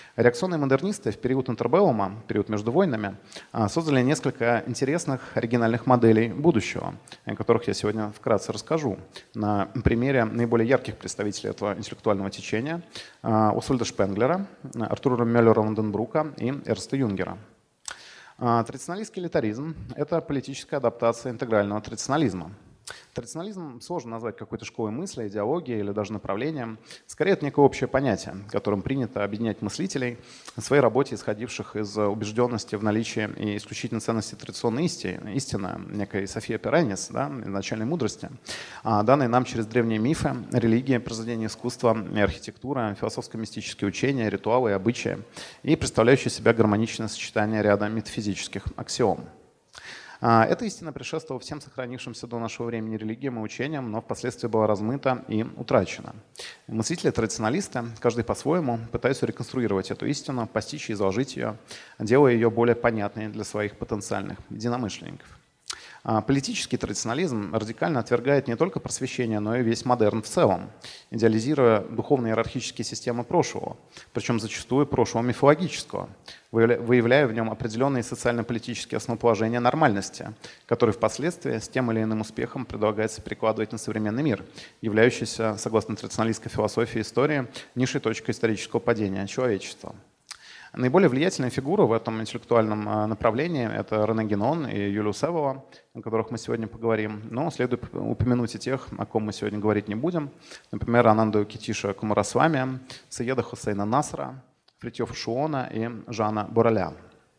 Реакционные модернисты в период интербеллума, период между войнами, создали несколько интересных оригинальных моделей будущего, о которых я сегодня вкратце расскажу на примере наиболее ярких представителей этого интеллектуального течения – Освальда Шпенглера, Артура Мюллера-Ванденбрука и Эрнста Юнгера. Традиционалистский элитаризм – это политическая адаптация интегрального традиционализма. Традиционализм сложно назвать какой-то школой мысли, идеологией или даже направлением. Скорее, это некое общее понятие, которым принято объединять мыслителей в своей работе, исходивших из убежденности в наличии и исключительной ценности традиционной истины, истины некой София Пиранис, да, начальной мудрости, данной нам через древние мифы, религии, произведения искусства и архитектура, философско-мистические учения, ритуалы и обычаи, и представляющие себя гармоничное сочетание ряда метафизических аксиом. Эта истина предшествовала всем сохранившимся до нашего времени религиям и учениям, но впоследствии была размыта и утрачена. Мыслители-традиционалисты, каждый по-своему, пытаются реконструировать эту истину, постичь и изложить ее, делая ее более понятной для своих потенциальных единомышленников. Политический традиционализм радикально отвергает не только просвещение, но и весь модерн в целом, идеализируя духовно-иерархические системы прошлого, причем зачастую прошлого мифологического, выявляя в нем определенные социально-политические основоположения нормальности, которые впоследствии с тем или иным успехом предлагается перекладывать на современный мир, являющийся, согласно традиционалистской философии истории, низшей точкой исторического падения человечества. Наиболее влиятельные фигуры в этом интеллектуальном направлении – это Рене Генон и Юлиус Эвола, о которых мы сегодня поговорим. Но следует упомянуть и тех, о ком мы сегодня говорить не будем. Например, Ананду Китиша Кумарасвами, Саеда Хусейна Насра, Фритьёфа Шуона и Жана Бораля.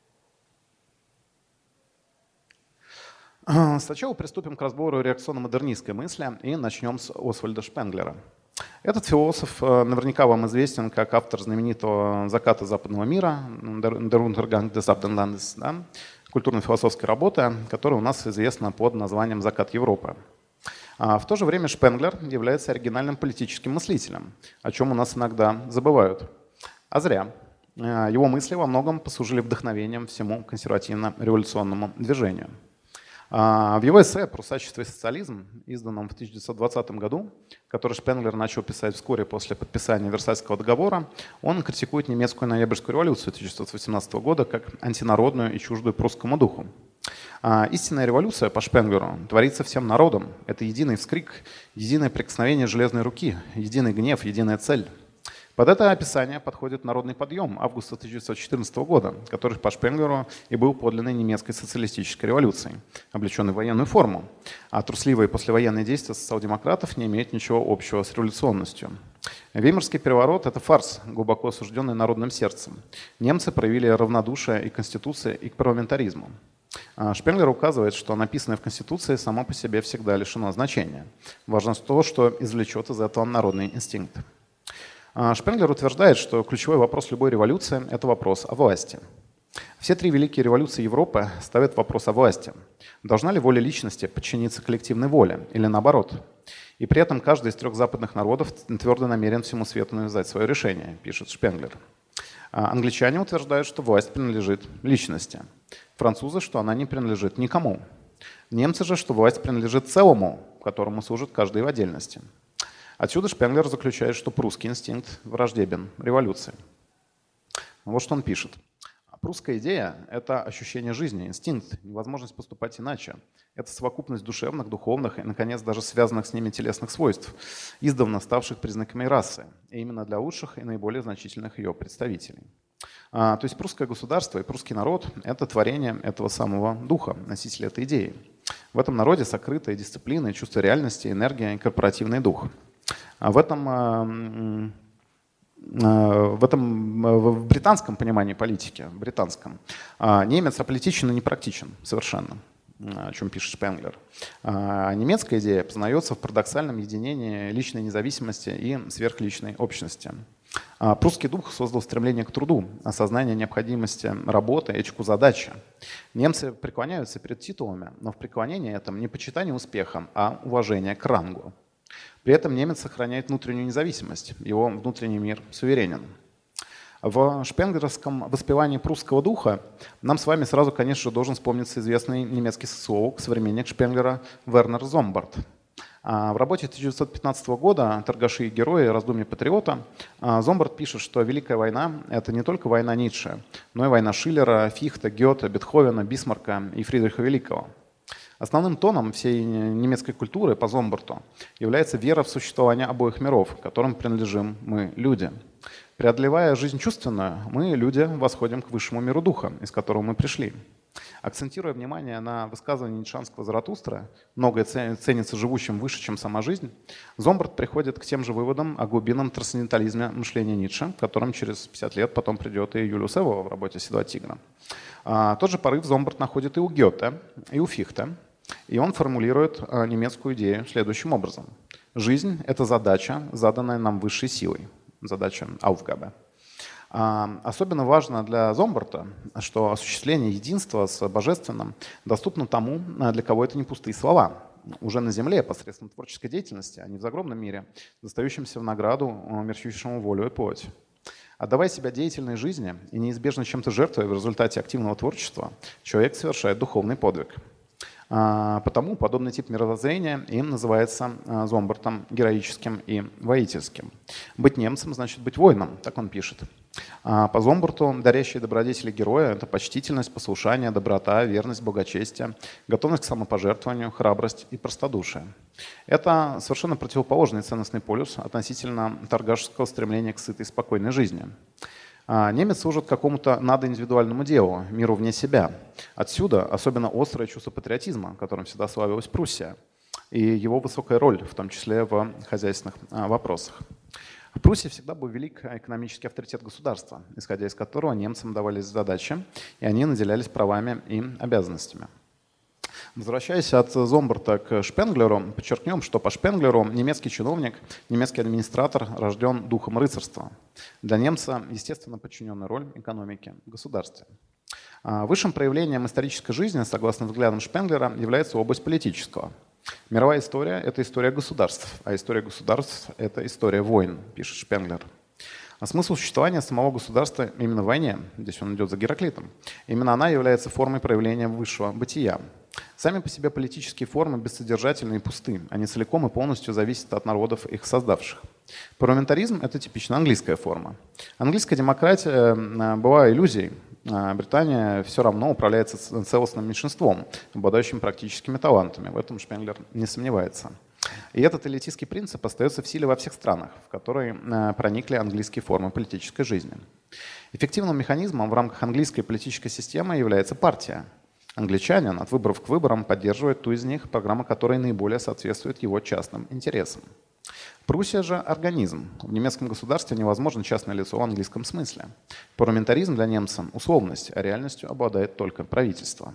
Сначала приступим к разбору реакционно-модернистской мысли и начнем с Освальда Шпенглера. Этот философ наверняка вам известен как автор знаменитого «Заката западного мира» «Der Untergang des Abendlandes», да, культурно-философской работы, которая у нас известна под названием «Закат Европы». А в то же время Шпенглер является оригинальным политическим мыслителем, о чем у нас иногда забывают. А зря. Его мысли во многом послужили вдохновением всему консервативно-революционному движению. В его эссе «Прусачество и социализм», изданном в тысяча девятьсот двадцатом году, который Шпенглер начал писать вскоре после подписания Версальского договора, он критикует немецкую ноябрьскую революцию тысяча девятьсот восемнадцатого года как антинародную и чуждую прусскому духу. Истинная революция, по Шпенглеру, творится всем народом. Это единый вскрик, единое прикосновение железной руки, единый гнев, единая цель. Под это описание подходит народный подъем августа тысяча девятьсот четырнадцатого года, который по Шпенглеру и был подлинной немецкой социалистической революцией, облеченной в военную форму. А трусливые послевоенные действия социал-демократов не имеют ничего общего с революционностью. Веймарский переворот – это фарс, глубоко осужденный народным сердцем. Немцы проявили равнодушие и к Конституции, и к парламентаризму. Шпенглер указывает, что написанное в Конституции само по себе всегда лишено значения. Важно то, что извлечет из этого народный инстинкт. Шпенглер утверждает, что ключевой вопрос любой революции – это вопрос о власти. Все три великие революции Европы ставят вопрос о власти. Должна ли воля личности подчиниться коллективной воле или наоборот? И при этом каждый из трех западных народов твердо намерен всему свету навязать свое решение, пишет Шпенглер. Англичане утверждают, что власть принадлежит личности. Французы, что она не принадлежит никому. Немцы же, что власть принадлежит целому, которому служит каждый в отдельности. Отсюда Шпенглер заключает, что прусский инстинкт враждебен революции. Вот что он пишет. Прусская идея – это ощущение жизни, инстинкт, невозможность поступать иначе. Это совокупность душевных, духовных и, наконец, даже связанных с ними телесных свойств, издавна ставших признаками расы, и именно для лучших и наиболее значительных ее представителей. А, то есть прусское государство и прусский народ – это творение этого самого духа, носителя этой идеи. В этом народе сокрыта и дисциплина, и чувство реальности, энергия, и корпоративный дух. В этом, в этом в британском понимании политики, в британском, немец аполитичен и непрактичен совершенно, о чем пишет Шпенглер. А немецкая идея познается в парадоксальном единении личной независимости и сверхличной общности. Прусский дух создал стремление к труду, осознание необходимости работы, этику задачи. Немцы преклоняются перед титулами, но в преклонении этом не почитание успеха, а уважение к рангу. При этом немец сохраняет внутреннюю независимость, его внутренний мир суверенен. В шпенглеровском воспевании прусского духа нам с вами сразу, конечно же, должен вспомниться известный немецкий социолог, современник Шпенглера Вернер Зомбарт. В работе тысяча девятьсот пятнадцатого года «Торгаши и герои. Раздумья патриота» Зомбарт пишет, что Великая война – это не только война Ницше, но и война Шиллера, Фихта, Гёте, Бетховена, Бисмарка и Фридриха Великого. Основным тоном всей немецкой культуры по Зомбарту является вера в существование обоих миров, которым принадлежим мы, люди. Преодолевая жизнь чувственную, мы, люди, восходим к высшему миру духа, из которого мы пришли. Акцентируя внимание на высказывании ницшанского Заратустра «многое ценится живущим выше, чем сама жизнь», Зомбарт приходит к тем же выводам о глубинном трансцендентализме мышления Ницше, к которым через пятьдесят лет потом придет и Юлиус Эволо в работе «Седла тигра». А, тот же порыв Зомбарт находит и у Гёте, и у Фихте, и он формулирует а, немецкую идею следующим образом. «Жизнь – это задача, заданная нам высшей силой». Задача Aufgabe. Особенно важно для Зомбарта, что осуществление единства с Божественным доступно тому, для кого это не пустые слова. Уже на земле, посредством творческой деятельности, а не в загробном мире, достающимся в награду умерщвившему волю и плоть. Отдавая себя деятельной жизни и неизбежно чем-то жертвуя в результате активного творчества, человек совершает духовный подвиг. Потому подобный тип мировоззрения им называется Зомбартом героическим и воительским. Быть немцем значит быть воином, так он пишет. По Зомбарту дарящие добродетели героя – это почтительность, послушание, доброта, верность, благочестие, готовность к самопожертвованию, храбрость и простодушие. Это совершенно противоположный ценностный полюс относительно торгашеского стремления к сытой, спокойной жизни. Немец служит какому-то надоиндивидуальному делу, миру вне себя. Отсюда особенно острое чувство патриотизма, которым всегда славилась Пруссия, и его высокая роль, в том числе в хозяйственных вопросах. В Пруссии всегда был велик экономический авторитет государства, исходя из которого немцам давались задачи, и они наделялись правами и обязанностями. Возвращаясь от Зомбарта к Шпенглеру, подчеркнем, что по Шпенглеру немецкий чиновник, немецкий администратор рожден духом рыцарства. Для немца естественно подчиненная роль экономики в государстве. Высшим проявлением исторической жизни, согласно взглядам Шпенглера, является область политического. Мировая история – это история государств, а история государств – это история войн, пишет Шпенглер. А смысл существования самого государства именно в войне, здесь он идет за Гераклитом, именно она является формой проявления высшего бытия. Сами по себе политические формы бессодержательны и пусты, они целиком и полностью зависят от народов, их создавших. Парламентаризм – это типично английская форма. Английская демократия была иллюзией. Британия все равно управляется целостным меньшинством, обладающим практическими талантами. В этом Шпенглер не сомневается. И этот элитистский принцип остается в силе во всех странах, в которые проникли английские формы политической жизни. Эффективным механизмом в рамках английской политической системы является партия. Англичанин от выборов к выборам поддерживает ту из них, программа которой наиболее соответствует его частным интересам. Пруссия же – организм. В немецком государстве невозможно частное лицо в английском смысле. Парламентаризм для немца – условность, а реальностью обладает только правительство.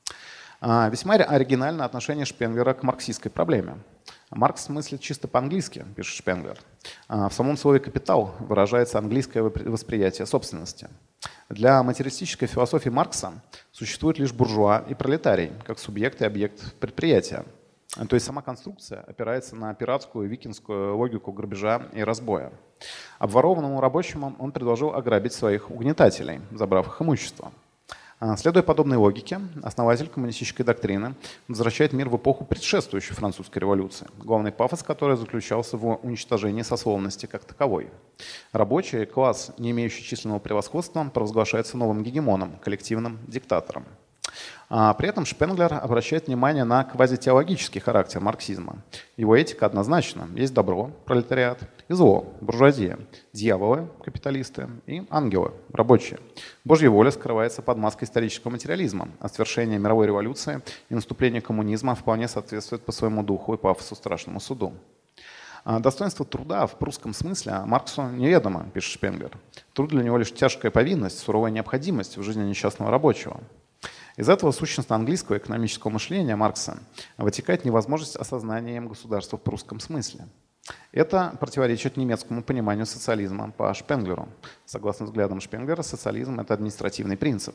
Весьма оригинально отношение Шпенглера к марксистской проблеме. Маркс мыслит чисто по-английски, пишет Шпенглер. В самом слове «капитал» выражается английское восприятие собственности. Для материалистической философии Маркса существует лишь буржуа и пролетарий, как субъект и объект предприятия. То есть сама конструкция опирается на пиратскую викингскую логику грабежа и разбоя. Обворованному рабочему он предложил ограбить своих угнетателей, забрав их имущество. Следуя подобной логике, основатель коммунистической доктрины возвращает мир в эпоху, предшествующую французской революции, главный пафос которой заключался в уничтожении сословности как таковой. Рабочий класс, не имеющий численного превосходства, провозглашается новым гегемоном, коллективным диктатором. А при этом Шпенглер обращает внимание на квазитеологический характер марксизма. Его этика однозначна. Есть добро, пролетариат, и зло, буржуазия, дьяволы, капиталисты, и ангелы, рабочие. Божья воля скрывается под маской исторического материализма, а свершение мировой революции и наступление коммунизма вполне соответствует по своему духу и пафосу страшному суду. Достоинство труда в прусском смысле Марксу неведомо, пишет Шпенглер. Труд для него лишь тяжкая повинность, суровая необходимость в жизни несчастного рабочего. Из этого сущностно английского экономического мышления Маркса вытекает невозможность осознания им государства в прусском смысле. Это противоречит немецкому пониманию социализма по Шпенглеру. Согласно взглядам Шпенглера, социализм – это административный принцип.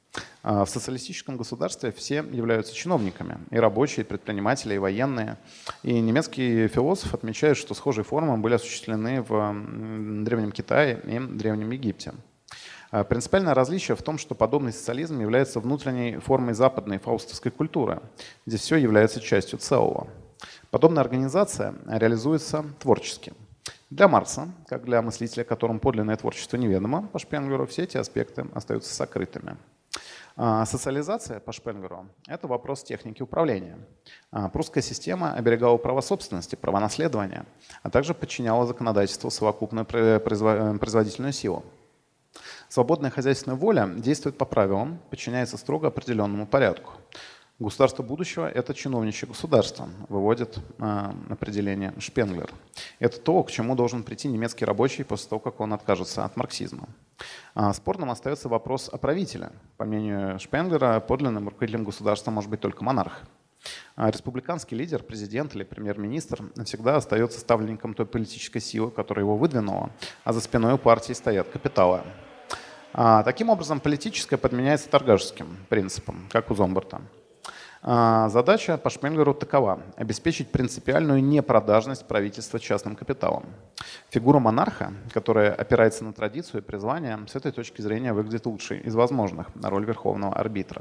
В социалистическом государстве все являются чиновниками, и рабочие, и предприниматели, и военные. И немецкий философ отмечает, что схожие формы были осуществлены в Древнем Китае и Древнем Египте. Принципиальное различие в том, что подобный социализм является внутренней формой западной фаустовской культуры, где все является частью целого. Подобная организация реализуется творчески. Для Маркса, как для мыслителя, которому подлинное творчество неведомо, по Шпенглеру все эти аспекты остаются сокрытыми. Социализация по Шпенгеру – это вопрос техники управления. Прусская система оберегала права собственности, права наследования, а также подчиняла законодательству совокупную производительную силу. Свободная хозяйственная воля действует по правилам, подчиняется строго определенному порядку. Государство будущего – это чиновничье государство, выводит э, определение Шпенглер. Это то, к чему должен прийти немецкий рабочий после того, как он откажется от марксизма. А спорным остается вопрос о правителе. По мнению Шпенглера, подлинным руководителем государства может быть только монарх. А республиканский лидер, президент или премьер-министр всегда остается ставленником той политической силы, которая его выдвинула, а за спиной у партии стоят капиталы. А таким образом, политическое подменяется торгашеским принципом, как у Зомбарта. Задача по Шпенглеру такова – обеспечить принципиальную непродажность правительства частным капиталом. Фигура монарха, которая опирается на традицию и призвание, с этой точки зрения выглядит лучшей из возможных на роль верховного арбитра.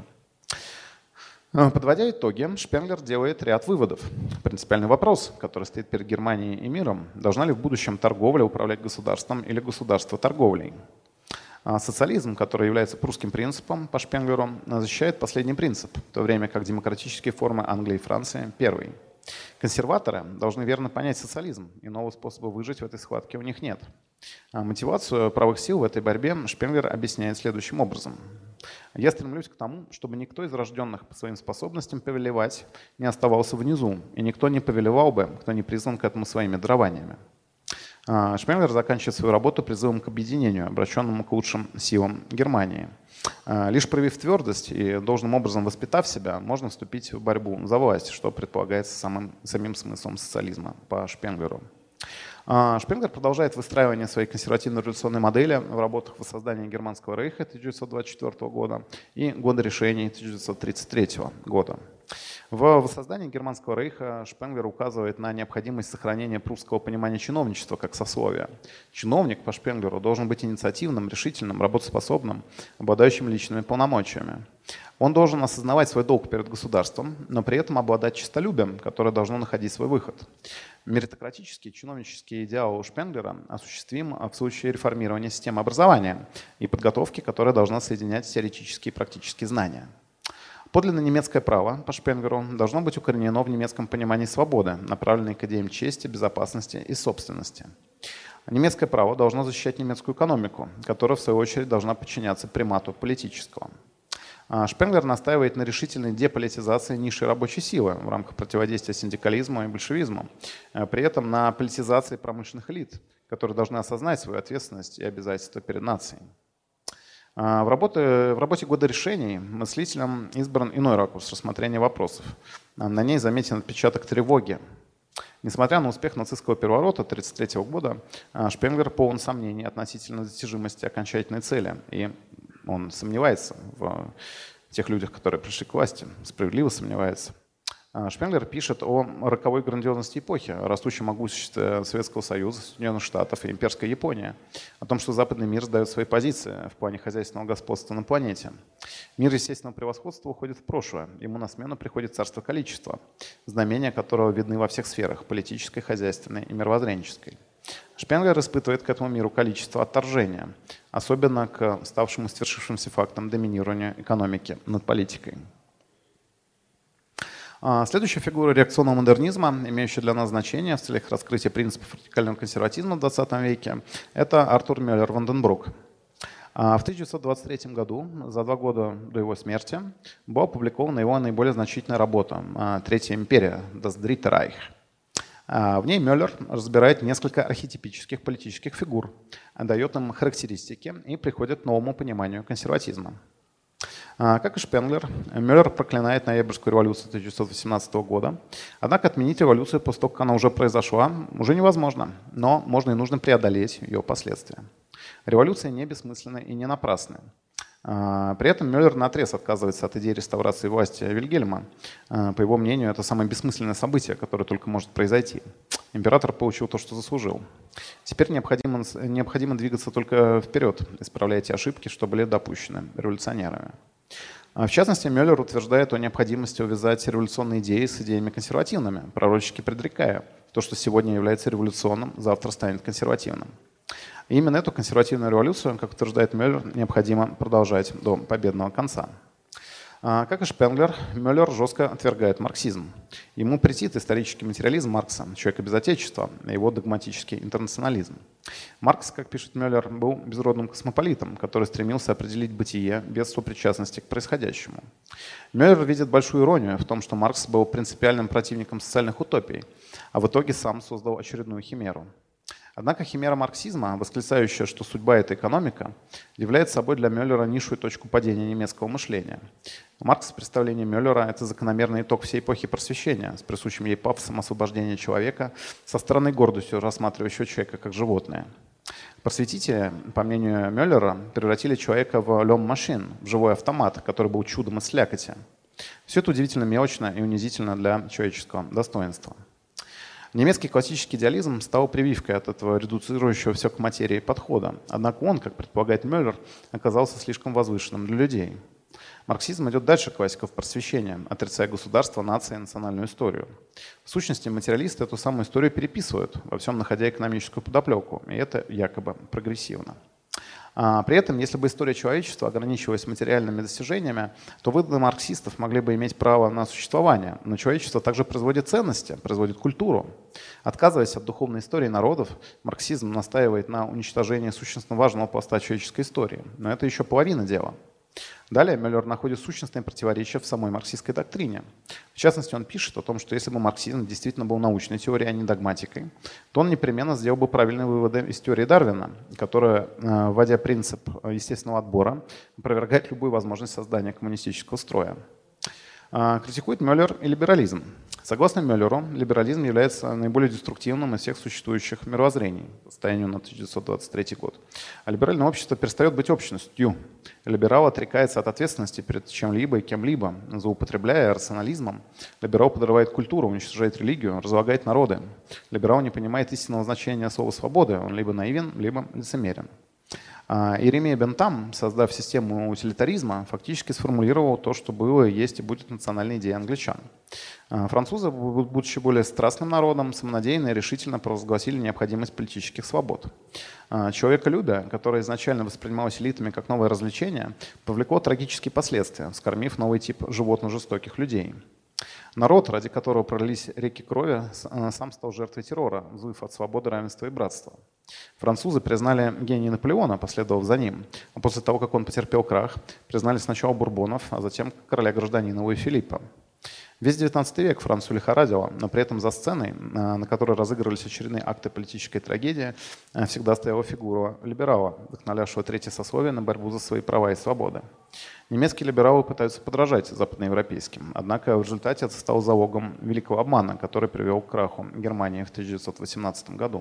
Подводя итоги, Шпенглер делает ряд выводов. Принципиальный вопрос, который стоит перед Германией и миром – должна ли в будущем торговля управлять государством или государство торговлей? Социализм, который является прусским принципом по Шпенглеру, защищает последний принцип, в то время как демократические формы Англии и Франции – первый. Консерваторы должны верно понять социализм, иного способа выжить в этой схватке у них нет. Мотивацию правых сил в этой борьбе Шпенглер объясняет следующим образом. «Я стремлюсь к тому, чтобы никто из рожденных по своим способностям повелевать не оставался внизу, и никто не повелевал бы, кто не призван к этому своими дарованиями». Шпенглер заканчивает свою работу призывом к объединению, обращенному к лучшим силам Германии. Лишь проявив твердость и должным образом воспитав себя, можно вступить в борьбу за власть, что предполагается самым, самим смыслом социализма по Шпенглеру. Шпенглер продолжает выстраивание своей консервативно-революционной модели в работах воссоздания Германского рейха тысяча девятьсот двадцать четвёртого года и года решений тысяча девятьсот тридцать третьего года. В воссоздании Германского рейха Шпенглер указывает на необходимость сохранения прусского понимания чиновничества как сословия. Чиновник по Шпенглеру должен быть инициативным, решительным, работоспособным, обладающим личными полномочиями. Он должен осознавать свой долг перед государством, но при этом обладать честолюбием, которое должно находить свой выход. Меритократический чиновнический идеал Шпенглера осуществим в случае реформирования системы образования и подготовки, которая должна соединять теоретические и практические знания. Подлинно немецкое право по Шпенглеру должно быть укоренено в немецком понимании свободы, направленной к идеям чести, безопасности и собственности. Немецкое право должно защищать немецкую экономику, которая в свою очередь должна подчиняться примату политического. Шпенглер настаивает на решительной деполитизации низшей рабочей силы в рамках противодействия синдикализму и большевизму, при этом на политизации промышленных элит, которые должны осознать свою ответственность и обязательства перед нацией. В работе, в работе года решений мыслителям избран иной ракурс рассмотрения вопросов. На ней заметен отпечаток тревоги. Несмотря на успех нацистского переворота тысяча девятьсот тридцать третьего года, Шпенглер полон сомнений относительно достижимости окончательной цели. И он сомневается в тех людях, которые пришли к власти, справедливо сомневается. Шпенглер пишет о роковой грандиозности эпохи, о растущем могуществе Советского Союза, Соединенных Штатов и имперской Японии, о том, что западный мир сдает свои позиции в плане хозяйственного господства на планете. Мир естественного превосходства уходит в прошлое, ему на смену приходит царство количества, знамения которого видны во всех сферах – политической, хозяйственной и мировоззренческой. Шпенглер испытывает к этому миру количество отторжения, особенно к ставшему свершившимся фактам доминирования экономики над политикой. Следующая фигура реакционного модернизма, имеющая для нас значение в целях раскрытия принципов радикального консерватизма в двадцатом веке, это Артур Мюллер-Ванденбрук. В тысяча девятьсот двадцать третьем году, за два года до его смерти, была опубликована его наиболее значительная работа «Третья империя» Das Dritte Reich. В ней Мюллер разбирает несколько архетипических политических фигур, дает им характеристики и приходит к новому пониманию консерватизма. Как и Шпенглер, Мюллер проклинает ноябрьскую революцию тысяча девятьсот восемнадцатого года. Однако отменить революцию после того, как она уже произошла, уже невозможно, но можно и нужно преодолеть ее последствия. Революция не бессмысленна и не напрасна. При этом Мюллер наотрез отказывается от идеи реставрации власти Вильгельма. По его мнению, это самое бессмысленное событие, которое только может произойти. Император получил то, что заслужил. Теперь необходимо, необходимо двигаться только вперед, исправляя те ошибки, что были допущены революционерами. В частности, Мюллер утверждает о необходимости увязать революционные идеи с идеями консервативными, пророчески предрекая: то, что сегодня является революционным, завтра станет консервативным. И именно эту консервативную революцию, как утверждает Мюллер, необходимо продолжать до победного конца. Как и Шпенглер, Мюллер жестко отвергает марксизм. Ему претит исторический материализм Маркса, человека без отечества, и его догматический интернационализм. Маркс, как пишет Мюллер, был безродным космополитом, который стремился определить бытие без сопричастности к происходящему. Мюллер видит большую иронию в том, что Маркс был принципиальным противником социальных утопий, а в итоге сам создал очередную химеру. Однако химера марксизма, восклицающая, что судьба — это экономика, является собой для Мюллера низшую точку падения немецкого мышления. Маркс в представлении Мюллера — это закономерный итог всей эпохи просвещения с присущим ей пафосом освобождения человека, со странной гордостью рассматривающего человека как животное. Просветители, по мнению Мюллера, превратили человека в «l'homme machine», в живой автомат, который был чудом из слякоти. Все это удивительно мелочно и унизительно для человеческого достоинства. Немецкий классический идеализм стал прививкой от этого редуцирующего все к материи подхода. Однако он, как предполагает Мюллер, оказался слишком возвышенным для людей. Марксизм идет дальше классиков просвещения, отрицая государство, нации и национальную историю. В сущности, материалисты эту самую историю переписывают, во всем находя экономическую подоплеку, и это якобы прогрессивно. А при этом, если бы история человечества ограничивалась материальными достижениями, то выводы марксистов могли бы иметь право на существование. Но человечество также производит ценности, производит культуру. Отказываясь от духовной истории народов, марксизм настаивает на уничтожении существенно важного пласта человеческой истории. Но это еще половина дела. Далее Мюллер находит сущностные противоречия в самой марксистской доктрине. В частности, он пишет о том, что если бы марксизм действительно был научной теорией, а не догматикой, то он непременно сделал бы правильные выводы из теории Дарвина, которая, вводя принцип естественного отбора, опровергает любую возможность создания коммунистического строя. Критикует Мюллер и либерализм. Согласно Мюллеру, либерализм является наиболее деструктивным из всех существующих мировоззрений по состоянию на тысяча девятьсот двадцать третий год. А либеральное общество перестает быть общностью. Либерал отрекается от ответственности перед чем-либо и кем-либо, злоупотребляя рационализмом. Либерал подрывает культуру, уничтожает религию, разлагает народы. Либерал не понимает истинного значения слова «свобода», он либо наивен, либо лицемерен. Иеремия Бентам, создав систему утилитаризма, фактически сформулировал то, что было, есть и будет национальной идеей англичан. Французы, будучи более страстным народом, самонадеянно и решительно провозгласили необходимость политических свобод. Человеколюбие, которое изначально воспринималось элитами как новое развлечение, повлекло трагические последствия, вскормив новый тип животно-жестоких людей. Народ, ради которого пролились реки крови, сам стал жертвой террора, взвыв от свободы, равенства и братства. Французы признали гений Наполеона, последовав за ним. А после того, как он потерпел крах, признали сначала Бурбонов, а затем короля гражданина Луи Филиппа. Весь девятнадцатый век Францию лихорадило, но при этом за сценой, на которой разыгрывались очередные акты политической трагедии, всегда стояла фигура либерала, вдохновлявшего третье сословие на борьбу за свои права и свободы. Немецкие либералы пытаются подражать западноевропейским, однако в результате это стало залогом великого обмана, который привел к краху Германии в тысяча девятьсот восемнадцатом году.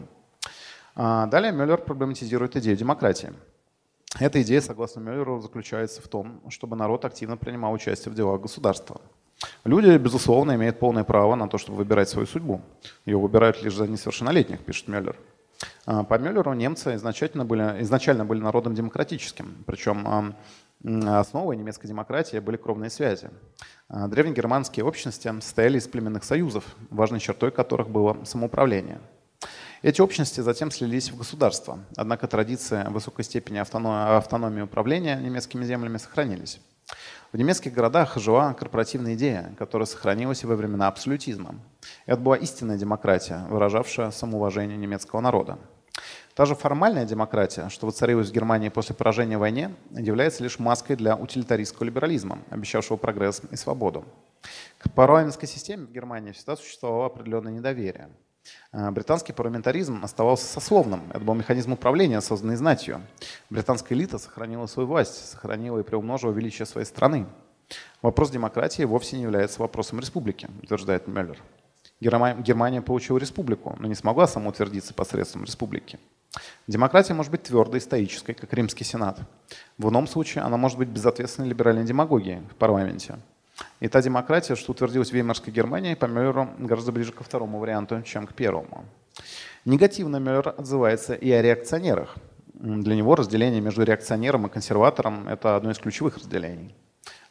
Далее Мюллер проблематизирует идею демократии. Эта идея, согласно Мюллеру, заключается в том, чтобы народ активно принимал участие в делах государства. Люди, безусловно, имеют полное право на то, чтобы выбирать свою судьбу. Ее выбирают лишь за несовершеннолетних, пишет Мюллер. По Мюллеру немцы изначально были, изначально были народом демократическим, причем основой немецкой демократии были кровные связи. Древнегерманские общности состояли из племенных союзов, важной чертой которых было самоуправление. Эти общности затем слились в государство, однако традиции высокой степени автономии управления немецкими землями сохранились. В немецких городах жила корпоративная идея, которая сохранилась и во времена абсолютизма. Это была истинная демократия, выражавшая самоуважение немецкого народа. Та же формальная демократия, что воцарилась в Германии после поражения в войне, является лишь маской для утилитаристского либерализма, обещавшего прогресс и свободу. К парламентской системе в Германии всегда существовало определенное недоверие. Британский парламентаризм оставался сословным. Это был механизм управления, созданный знатью. Британская элита сохранила свою власть, сохранила и приумножила величие своей страны. Вопрос демократии вовсе не является вопросом республики, утверждает Мюллер. Германия получила республику, но не смогла самоутвердиться посредством республики. Демократия может быть твердой, стоической, как Римский сенат. В ином случае она может быть безответственной либеральной демагогией в парламенте. И та демократия, что утвердилась в Веймарской Германии, по Мюллеру гораздо ближе ко второму варианту, чем к первому. Негативно Мюллер отзывается и о реакционерах. Для него разделение между реакционером и консерватором – это одно из ключевых разделений.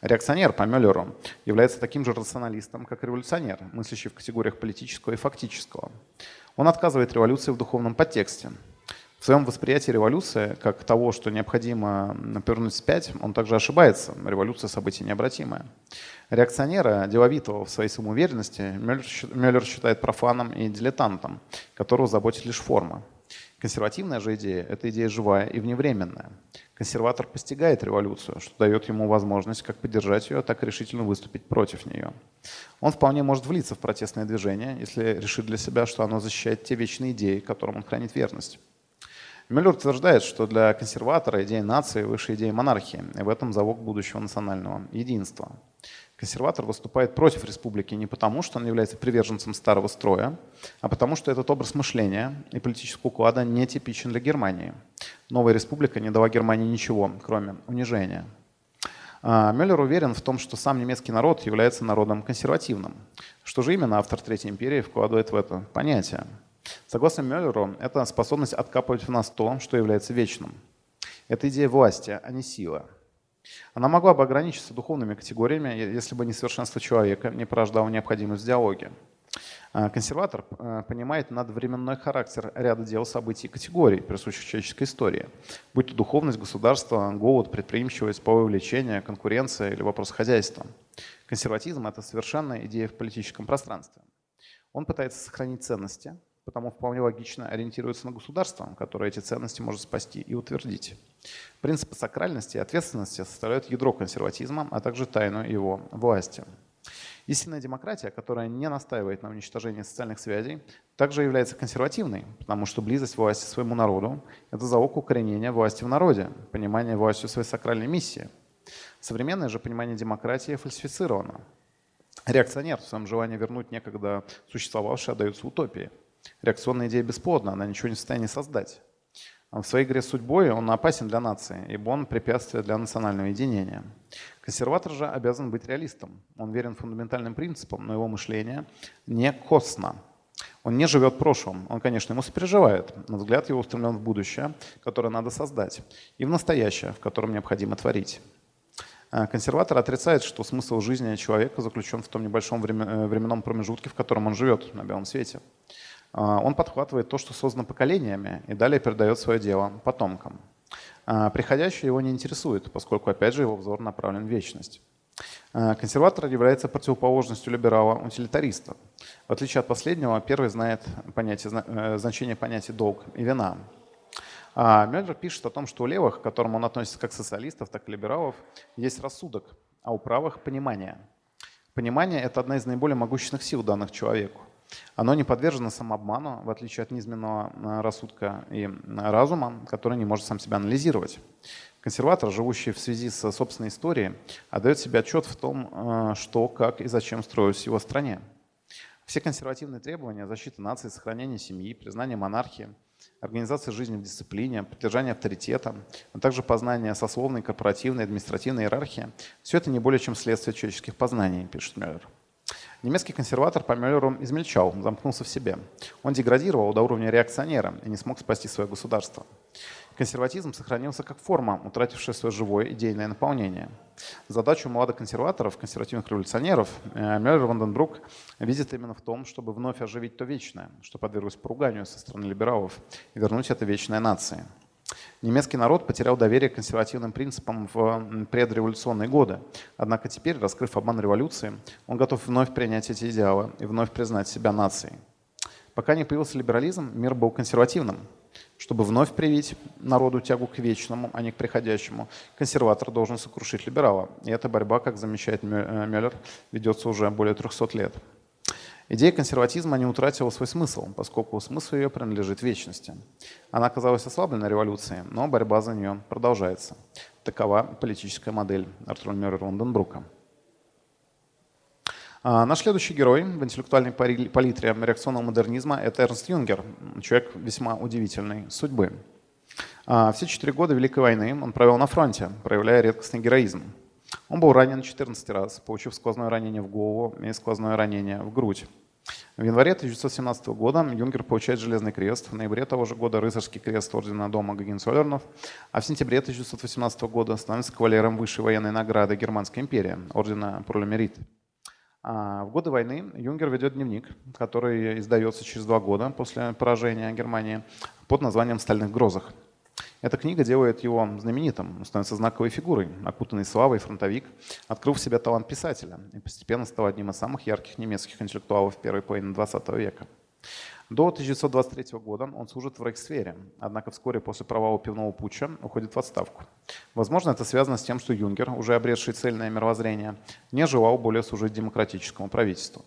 Реакционер по Мюллеру является таким же рационалистом, как и революционер, мыслящий в категориях политического и фактического. Он отказывает революции в духовном подтексте. В своем восприятии революции, как того, что необходимо повернуть вспять, он также ошибается. Революция – событие необратимое. Реакционера, деловитого в своей самоуверенности, Мюллер считает профаном и дилетантом, которого заботит лишь форма. Консервативная же идея – это идея живая и вневременная. Консерватор постигает революцию, что дает ему возможность как поддержать ее, так и решительно выступить против нее. Он вполне может влиться в протестное движение, если решит для себя, что оно защищает те вечные идеи, которым он хранит верность. Мюллер утверждает, что для консерватора идея нации выше идеи монархии, и в этом залог будущего национального единства. Консерватор выступает против республики не потому, что он является приверженцем старого строя, а потому, что этот образ мышления и политического уклада не типичен для Германии. Новая республика не дала Германии ничего, кроме унижения. Мюллер уверен в том, что сам немецкий народ является народом консервативным. Что же именно автор Третьей империи вкладывает в это понятие? Согласно Мюллеру, это способность откапывать в нас то, что является вечным. Это идея власти, а не сила. Она могла бы ограничиться духовными категориями, если бы несовершенство человека не порождало необходимость в диалоге. Консерватор понимает надвременной характер ряда дел, событий и категорий, присущих человеческой истории, будь то духовность, государство, голод, предприимчивость, половое влечение, конкуренция или вопрос хозяйства. Консерватизм – это совершенная идея в политическом пространстве. Он пытается сохранить ценности, потому вполне логично ориентируется на государство, которое эти ценности может спасти и утвердить. Принципы сакральности и ответственности составляют ядро консерватизма, а также тайну его власти. Истинная демократия, которая не настаивает на уничтожении социальных связей, также является консервативной, потому что близость власти своему народу – это залог укоренения власти в народе, понимание властью своей сакральной миссии. Современное же понимание демократии фальсифицировано. Реакционер в своем желании вернуть некогда существовавшее отдается утопии. Реакционная идея бесплодна, она ничего не в состоянии создать. В своей игре с судьбой он опасен для нации, ибо он препятствие для национального единения. Консерватор же обязан быть реалистом. Он верен фундаментальным принципам, но его мышление не костно. Он не живет прошлым. Он, конечно, ему сопереживает, но взгляд его устремлен в будущее, которое надо создать, и в настоящее, в котором необходимо творить. Консерватор отрицает, что смысл жизни человека заключен в том небольшом временном промежутке, в котором он живет на белом свете. Он подхватывает то, что создано поколениями, и далее передает свое дело потомкам. Приходящее его не интересует, поскольку, опять же, его взор направлен в вечность. Консерватор является противоположностью либерала-утилитариста. В отличие от последнего, первый знает понятие, значение понятия «долг» и «вина». Мюллер пишет о том, что у левых, к которым он относится как социалистов, так и либералов, есть рассудок, а у правых – понимание. Понимание – это одна из наиболее могущественных сил, данных человеку. Оно не подвержено самообману, в отличие от низменного рассудка и разума, который не может сам себя анализировать. Консерватор, живущий в связи с собственной историей, отдает себе отчет в том, что, как и зачем строилось в его стране. Все консервативные требования защиты нации, сохранения семьи, признания монархии, организация жизни в дисциплине, поддержание авторитета, а также познание сословной, корпоративной, административной иерархии – все это не более чем следствие человеческих познаний, пишет Мюллер. Немецкий консерватор по Мюллеру измельчал, замкнулся в себе. Он деградировал до уровня реакционера и не смог спасти свое государство. Консерватизм сохранился как форма, утратившая свое живое идейное наполнение. Задачу младоконсерваторов, консервативных революционеров Мюллер Ванденбрук видит именно в том, чтобы вновь оживить то вечное, что подверглось поруганию со стороны либералов, и вернуть это вечное нации. Немецкий народ потерял доверие к консервативным принципам в предреволюционные годы. Однако теперь, раскрыв обман революции, он готов вновь принять эти идеалы и вновь признать себя нацией. Пока не появился либерализм, мир был консервативным. Чтобы вновь привить народу тягу к вечному, а не к приходящему, консерватор должен сокрушить либерала. И эта борьба, как замечает Мюллер, ведется уже более трехсот лет. Идея консерватизма не утратила свой смысл, поскольку смысл ее принадлежит вечности. Она оказалась ослаблена революцией, но борьба за нее продолжается. Такова политическая модель Артура Мюллера Ванденбрука. Наш следующий герой в интеллектуальной палитре реакционного модернизма – это Эрнст Юнгер, человек весьма удивительной судьбы. Все четыре года Великой войны он провел на фронте, проявляя редкостный героизм. Он был ранен четырнадцать раз, получив сквозное ранение в голову и сквозное ранение в грудь. В январе тысяча девятьсот семнадцатого года Юнгер получает Железный крест, в ноябре того же года Рыцарский крест ордена Дома Гогенцоллернов, а в сентябре тысяча девятьсот восемнадцатого года становится кавалером высшей военной награды Германской империи, ордена Пролемерит. В годы войны Юнгер ведет дневник, который издается через два года после поражения Германии под названием «Стальных грозах». Эта книга делает его знаменитым, становится знаковой фигурой, окутанный славой фронтовик, открыл в себе талант писателя и постепенно стал одним из самых ярких немецких интеллектуалов первой половины двадцатого века. До тысяча девятьсот двадцать третьего года он служит в Рейхсвере, однако вскоре после провала пивного путча уходит в отставку. Возможно, это связано с тем, что Юнгер, уже обретший цельное мировоззрение, не желал более служить демократическому правительству.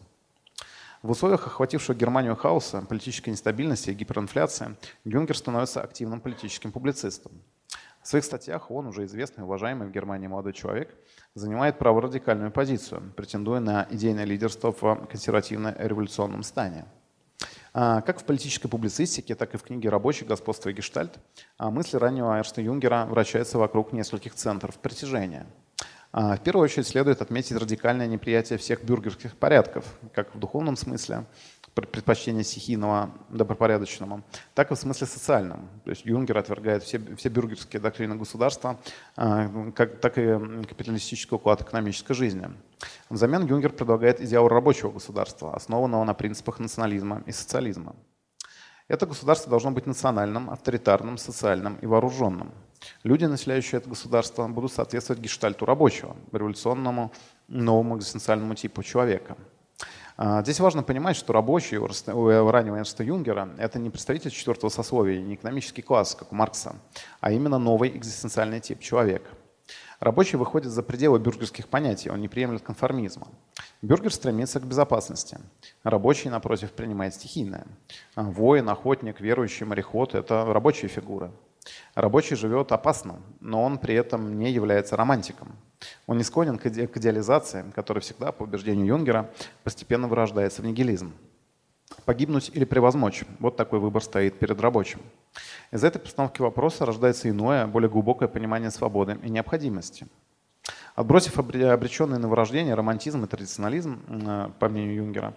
В условиях охватившего Германию хаоса, политической нестабильности и гиперинфляции Юнгер становится активным политическим публицистом. В своих статьях он, уже известный и уважаемый в Германии молодой человек, занимает праворадикальную позицию, претендуя на идейное лидерство в консервативно-революционном стане. Как в политической публицистике, так и в книге «Рабочий. Господство и гештальт» мысли раннего Эрнста Юнгера вращаются вокруг нескольких центров притяжения. В первую очередь следует отметить радикальное неприятие всех бюргерских порядков, как в духовном смысле, предпочтение стихийного добропорядочному, так и в смысле социальном. То есть Юнгер отвергает все, все бюргерские доктрины государства, как, так и капиталистический уклад экономической жизни. Взамен Юнгер предлагает идеал рабочего государства, основанного на принципах национализма и социализма. Это государство должно быть национальным, авторитарным, социальным и вооруженным. Люди, населяющие это государство, будут соответствовать гештальту рабочего, революционному, новому экзистенциальному типу человека. Здесь важно понимать, что рабочий у раннего Эрнста Юнгера – это не представитель четвертого сословия, не экономический класс, как у Маркса, а именно новый экзистенциальный тип человека. Рабочий выходит за пределы бюргерских понятий, он не приемлет конформизма. Бюргер стремится к безопасности. Рабочий, напротив, принимает стихийное. Воин, охотник, верующий, мореход – это рабочие фигуры. Рабочий живет опасно, но он при этом не является романтиком. Он не склонен к идеализации, которая всегда, по убеждению Юнгера, постепенно вырождается в нигилизм. Погибнуть или превозмочь – вот такой выбор стоит перед рабочим. Из этой постановки вопроса рождается иное, более глубокое понимание свободы и необходимости. Отбросив обреченный на вырождение романтизм и традиционализм, по мнению Юнгера,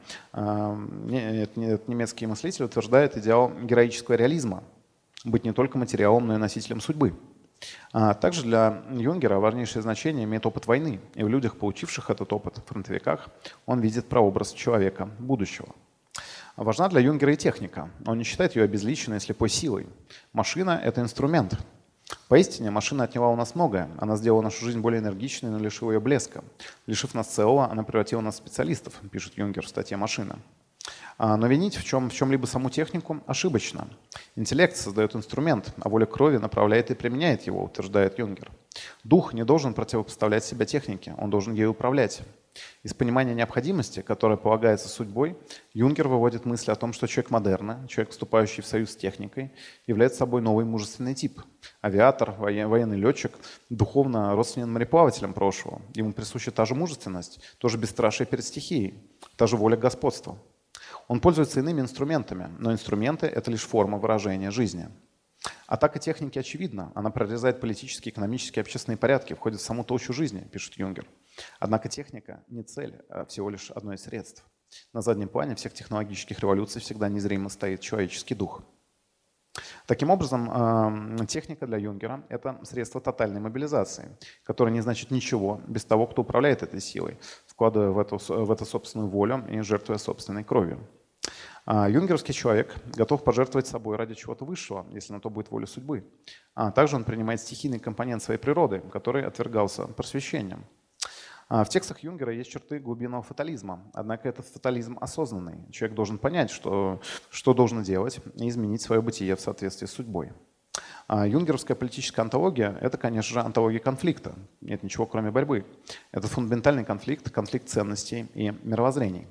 немецкий мыслитель утверждает идеал героического реализма – быть не только материалом, но и носителем судьбы. А также для Юнгера важнейшее значение имеет опыт войны, и в людях, получивших этот опыт, в фронтовиках, он видит прообраз человека будущего. Важна для Юнгера и техника. Он не считает ее обезличенной, слепой силой. Машина – это инструмент. Поистине, машина отняла у нас многое. Она сделала нашу жизнь более энергичной, но лишила ее блеска. Лишив нас целого, она превратила нас в специалистов, пишет Юнгер в статье «Машина». Но винить в, чем, в чем-либо саму технику ошибочно. Интеллект создает инструмент, а воля крови направляет и применяет его, утверждает Юнгер. Дух не должен противопоставлять себя технике, он должен ею управлять. Из понимания необходимости, которая полагается судьбой, Юнгер выводит мысль о том, что человек модерна, человек, вступающий в союз с техникой, является собой новый мужественный тип. Авиатор, военный летчик, духовно родственен мореплавателям прошлого. Ему присуща та же мужественность, то же бесстрашие перед стихией, та же воля к господству. Он пользуется иными инструментами, но инструменты – это лишь форма выражения жизни. Атака техники очевидна. Она прорезает политические, экономические, общественные порядки, входит в саму толщу жизни, пишет Юнгер. Однако техника не цель, а всего лишь одно из средств. На заднем плане всех технологических революций всегда незримо стоит человеческий дух. Таким образом, техника для Юнгера – это средство тотальной мобилизации, которое не значит ничего без того, кто управляет этой силой, вкладывая в это, в это собственную волю и жертвуя собственной кровью. Юнгеровский человек готов пожертвовать собой ради чего-то высшего, если на то будет воля судьбы. А также он принимает стихийный компонент своей природы, который отвергался просвещением. В текстах Юнгера есть черты глубинного фатализма, однако этот фатализм осознанный. Человек должен понять, что, что должен делать, и изменить свое бытие в соответствии с судьбой. Юнгеровская политическая онтология – это, конечно же, онтология конфликта. Нет ничего, кроме борьбы. Это фундаментальный конфликт, конфликт ценностей и мировоззрений.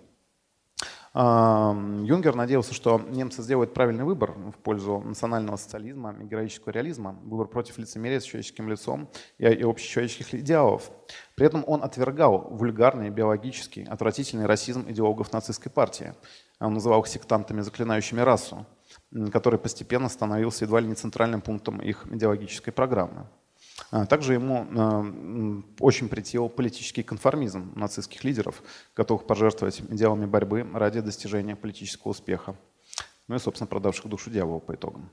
Юнгер надеялся, что немцы сделают правильный выбор в пользу национального социализма и героического реализма, выбор против лицемерия с человеческим лицом и общечеловеческих идеалов. При этом он отвергал вульгарный, биологический, отвратительный расизм идеологов нацистской партии. Он называл их сектантами, заклинающими расу, который постепенно становился едва ли не центральным пунктом их идеологической программы. Также ему очень претел политический конформизм нацистских лидеров, готовых пожертвовать идеалами борьбы ради достижения политического успеха. Ну и, собственно, продавших душу дьяволу по итогам.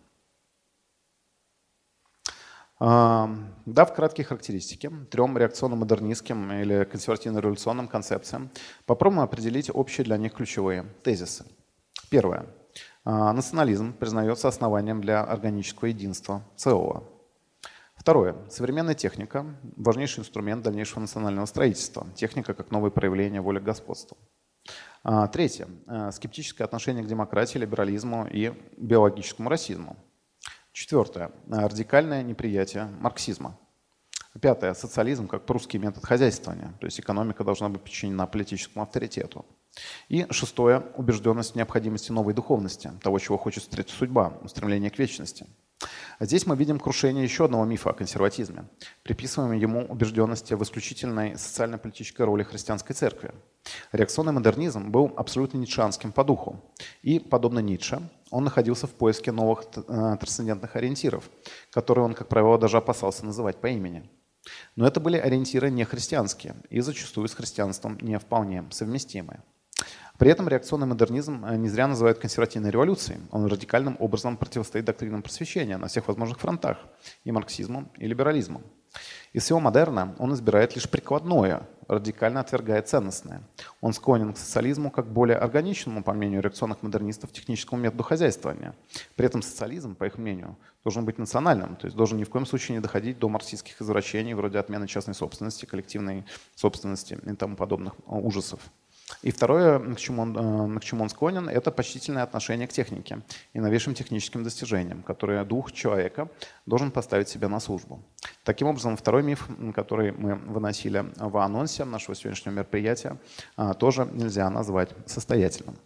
Дав краткие характеристики трем реакционно-модернистским или консервативно-революционным концепциям, попробуем определить общие для них ключевые тезисы. Первое. Национализм признается основанием для органического единства целого. Второе. Современная техника – важнейший инструмент дальнейшего национального строительства. Техника как новое проявление воли к господству. Третье. Скептическое отношение к демократии, либерализму и биологическому расизму. Четвертое. Радикальное неприятие марксизма. Пятое. Социализм как прусский метод хозяйствования, то есть экономика должна быть подчинена политическому авторитету. И шестое. Убежденность в необходимости новой духовности, того, чего хочет встретить судьба, устремление к вечности. Здесь мы видим крушение еще одного мифа о консерватизме. Приписываем ему убежденности в исключительной социально-политической роли христианской церкви. Реакционный модернизм был абсолютно ницшеанским по духу. И, подобно Ницше, он находился в поиске новых трансцендентных ориентиров, которые он, как правило, даже опасался называть по имени. Но это были ориентиры не христианские и зачастую с христианством не вполне совместимые. При этом реакционный модернизм не зря называют консервативной революцией. Он радикальным образом противостоит доктринам просвещения на всех возможных фронтах – и марксизму, и либерализму. Из всего модерна он избирает лишь прикладное, радикально отвергая ценностное. Он склонен к социализму как более органичному, по мнению реакционных модернистов, техническому методу хозяйствования. При этом социализм, по их мнению, должен быть национальным, то есть должен ни в коем случае не доходить до марксистских извращений, вроде отмены частной собственности, коллективной собственности и тому подобных ужасов. И второе, к чему, он, к чему он склонен, это почтительное отношение к технике и новейшим техническим достижениям, которые дух человека должен поставить себя на службу. Таким образом, второй миф, который мы выносили в анонсе нашего сегодняшнего мероприятия, тоже нельзя назвать состоятельным.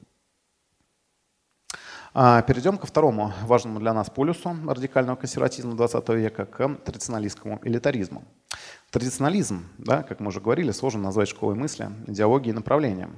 Перейдем ко второму важному для нас полюсу радикального консерватизма двадцатого века, к традиционалистскому элитаризму. Традиционализм, да, как мы уже говорили, сложно назвать школой мысли, идеологией и направлением.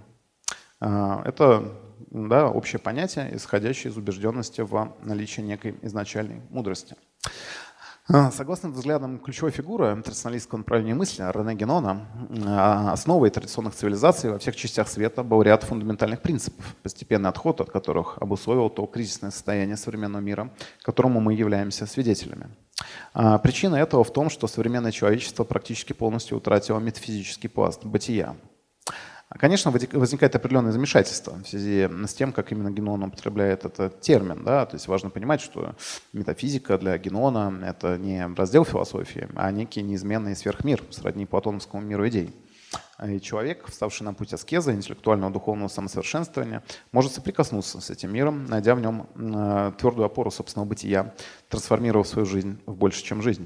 Это да, общее понятие, исходящее из убежденности в наличии некой изначальной мудрости. Согласно взглядам ключевой фигуры традиционалистского направления мысли Рене Генона, основой традиционных цивилизаций во всех частях света был ряд фундаментальных принципов, постепенный отход от которых обусловил то кризисное состояние современного мира, которому мы являемся свидетелями. Причина этого в том, что современное человечество практически полностью утратило метафизический пласт бытия. Конечно, возникает определенное замешательство в связи с тем, как именно Генон употребляет этот термин. Да? То есть важно понимать, что метафизика для Генона — это не раздел философии, а некий неизменный сверхмир, сродни платоновскому миру идей. И человек, вставший на путь аскезы, интеллектуального духовного самосовершенствования, может соприкоснуться с этим миром, найдя в нем твердую опору собственного бытия, трансформировав свою жизнь в больше, чем жизнь.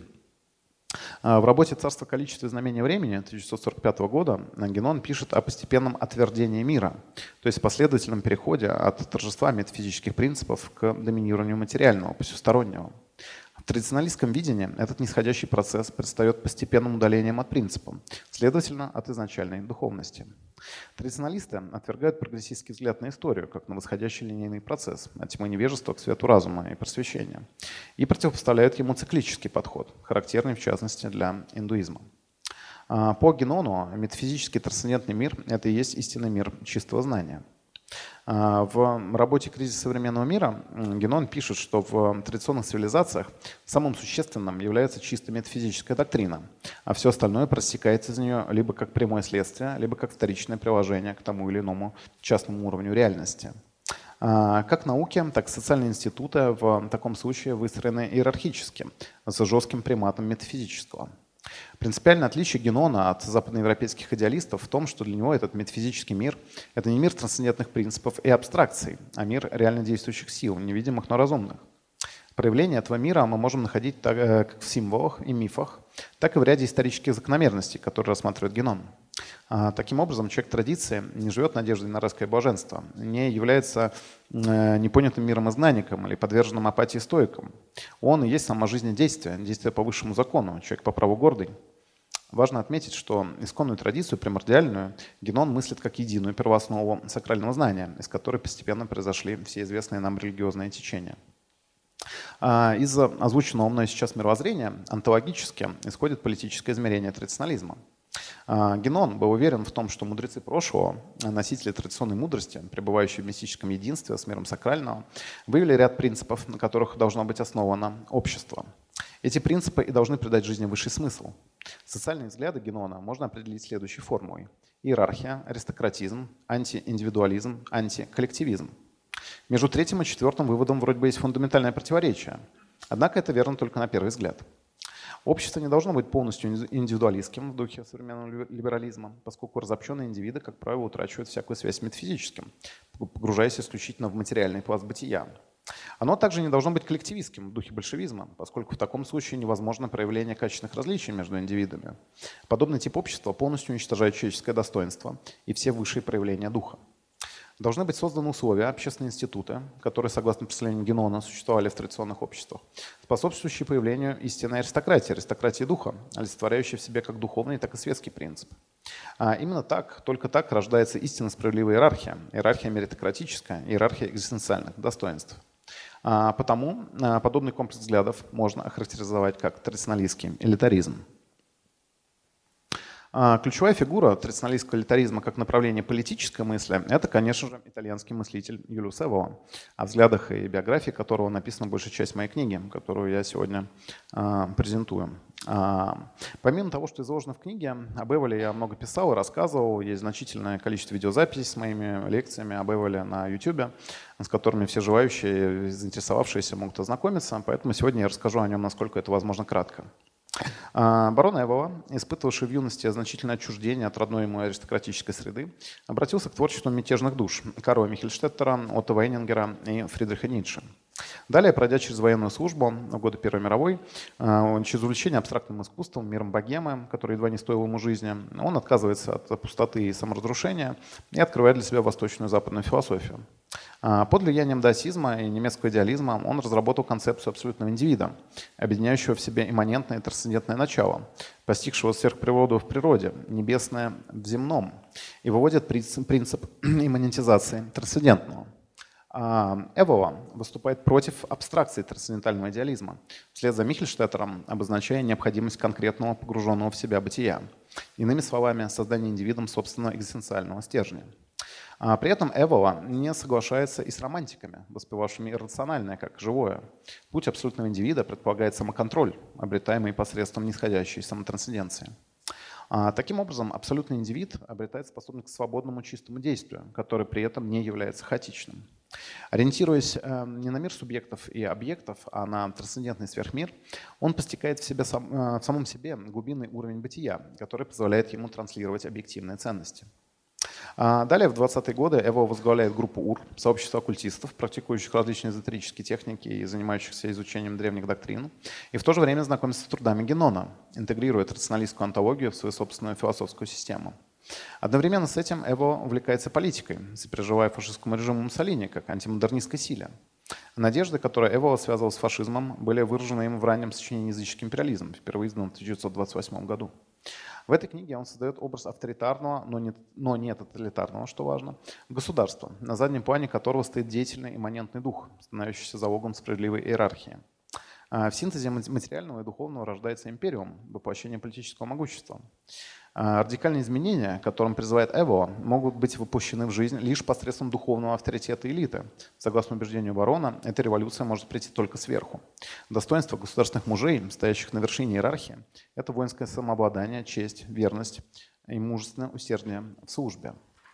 В работе «Царство, количество и знамения времени» тысяча девятьсот сорок пятого года Генон пишет о постепенном отвердении мира, то есть последовательном переходе от торжества метафизических принципов к доминированию материального, посюстороннего. В традиционалистском видении этот нисходящий процесс предстает постепенным удалением от принципа, следовательно, от изначальной духовности. Традиционалисты отвергают прогрессистский взгляд на историю, как на восходящий линейный процесс, от тьмы невежества к свету разума и просвещения, и противопоставляют ему циклический подход, характерный в частности для индуизма. По Генону метафизический трансцендентный мир – это и есть истинный мир чистого знания. В работе «Кризис современного мира» Генон пишет, что в традиционных цивилизациях самым существенным является чисто метафизическая доктрина, а все остальное проистекает из нее либо как прямое следствие, либо как вторичное приложение к тому или иному частному уровню реальности. Как науки, так и социальные институты в таком случае выстроены иерархически, с жестким приматом метафизического. Принципиальное отличие Генона от западноевропейских идеалистов в том, что для него этот метафизический мир – это не мир трансцендентных принципов и абстракций, а мир реально действующих сил, невидимых, но разумных. Проявление этого мира мы можем находить так, как в символах и мифах, так и в ряде исторических закономерностей, которые рассматривает Генон. Таким образом, человек традиции не живет надеждой на райское блаженство, не является непонятым миром изгнанником или подверженным апатии стоиком. Он и есть сама жизнедействие, действие по высшему закону, человек по праву гордый. Важно отметить, что исконную традицию, примордиальную, Генон мыслит как единую первооснову сакрального знания, из которой постепенно произошли все известные нам религиозные течения. Из озвученного мной сейчас мировоззрения онтологически исходит политическое измерение традиционализма. Генон был уверен в том, что мудрецы прошлого, носители традиционной мудрости, пребывающие в мистическом единстве с миром сакрального, вывели ряд принципов, на которых должно быть основано общество. Эти принципы и должны придать жизни высший смысл. Социальные взгляды Генона можно определить следующей формулой: иерархия, аристократизм, антииндивидуализм, антиколлективизм. Между третьим и четвертым выводом вроде бы есть фундаментальное противоречие. Однако это верно только на первый взгляд. Общество не должно быть полностью индивидуалистским в духе современного либерализма, поскольку разобщенные индивиды, как правило, утрачивают всякую связь с метафизическим, погружаясь исключительно в материальный пласт бытия. Оно также не должно быть коллективистским в духе большевизма, поскольку в таком случае невозможно проявление качественных различий между индивидами. Подобный тип общества полностью уничтожает человеческое достоинство и все высшие проявления духа. Должны быть созданы условия, общественные институты, которые, согласно представлению Генона, существовали в традиционных обществах, способствующие появлению истинной аристократии, аристократии духа, олицетворяющей в себе как духовный, так и светский принцип. А именно так, только так рождается истинно справедливая иерархия, иерархия меритократическая, иерархия экзистенциальных достоинств. А потому а, подобный комплекс взглядов можно охарактеризовать как традиционалистский элитаризм. Ключевая фигура традиционалистского элитаризма как направление политической мысли – это, конечно же, итальянский мыслитель Юлиус Эвола, о взглядах и биографии которого написана большая часть моей книги, которую я сегодня а, презентую. А, помимо того, что изложено в книге, об Эволе я много писал и рассказывал. Есть значительное количество видеозаписей с моими лекциями об Эволе на YouTube, с которыми все желающие, заинтересовавшиеся могут ознакомиться. Поэтому сегодня я расскажу о нем, насколько это возможно, кратко. Барон Эвола, испытывавший в юности значительное отчуждение от родной ему аристократической среды, обратился к творчеству мятежных душ Карла Михельштеттера, Отто Вейнингера и Фридриха Ницше. Далее, пройдя через военную службу в годы Первой мировой, через увлечение абстрактным искусством, миром богемы, который едва не стоил ему жизни, он отказывается от пустоты и саморазрушения и открывает для себя восточную и западную философию. Под влиянием даосизма и немецкого идеализма он разработал концепцию абсолютного индивида, объединяющего в себе имманентное и трансцендентное начало, постигшего сверхприроду в природе, небесное в земном, и выводит принцип имманентизации трансцендентного. Эвола выступает против абстракции трансцендентального идеализма, вслед за Михельштеттером обозначая необходимость конкретного погруженного в себя бытия. Иными словами, создание индивидом собственного экзистенциального стержня. При этом Эвола не соглашается и с романтиками, воспевавшими иррациональное как живое. Путь абсолютного индивида предполагает самоконтроль, обретаемый посредством нисходящей самотрансценденции. Таким образом, абсолютный индивид обретает способность к свободному чистому действию, который при этом не является хаотичным. Ориентируясь не на мир субъектов и объектов, а на трансцендентный сверхмир, он постигает в, себе, в самом себе глубинный уровень бытия, который позволяет ему транслировать объективные ценности. Далее, в двадцатые годы, Эвола возглавляет группу УР, сообщество оккультистов, практикующих различные эзотерические техники и занимающихся изучением древних доктрин, и в то же время знакомится с трудами Генона, интегрируя традиционалистскую онтологию в свою собственную философскую систему. Одновременно с этим Эвола увлекается политикой, сопереживая фашистскому режиму Муссолини как антимодернистской силе. Надежды, которые Эвола связывал с фашизмом, были выражены им в раннем сочинении «Языческий империализм», впервые изданном в тысяча девятьсот двадцать восьмом году. В этой книге он создает образ авторитарного, но не, но не тоталитарного, что важно, государства, на заднем плане которого стоит деятельный имманентный дух, становящийся залогом справедливой иерархии. В синтезе материального и духовного рождается империум, воплощение политического могущества. Радикальные изменения, к которым призывает Эвола, могут быть воплощены в жизнь лишь посредством духовного авторитета элиты. Согласно убеждению барона, эта революция может прийти только сверху. Достоинство государственных мужей, стоящих на вершине иерархии, это воинское самообладание, честь, верность и мужественное усердие в службе.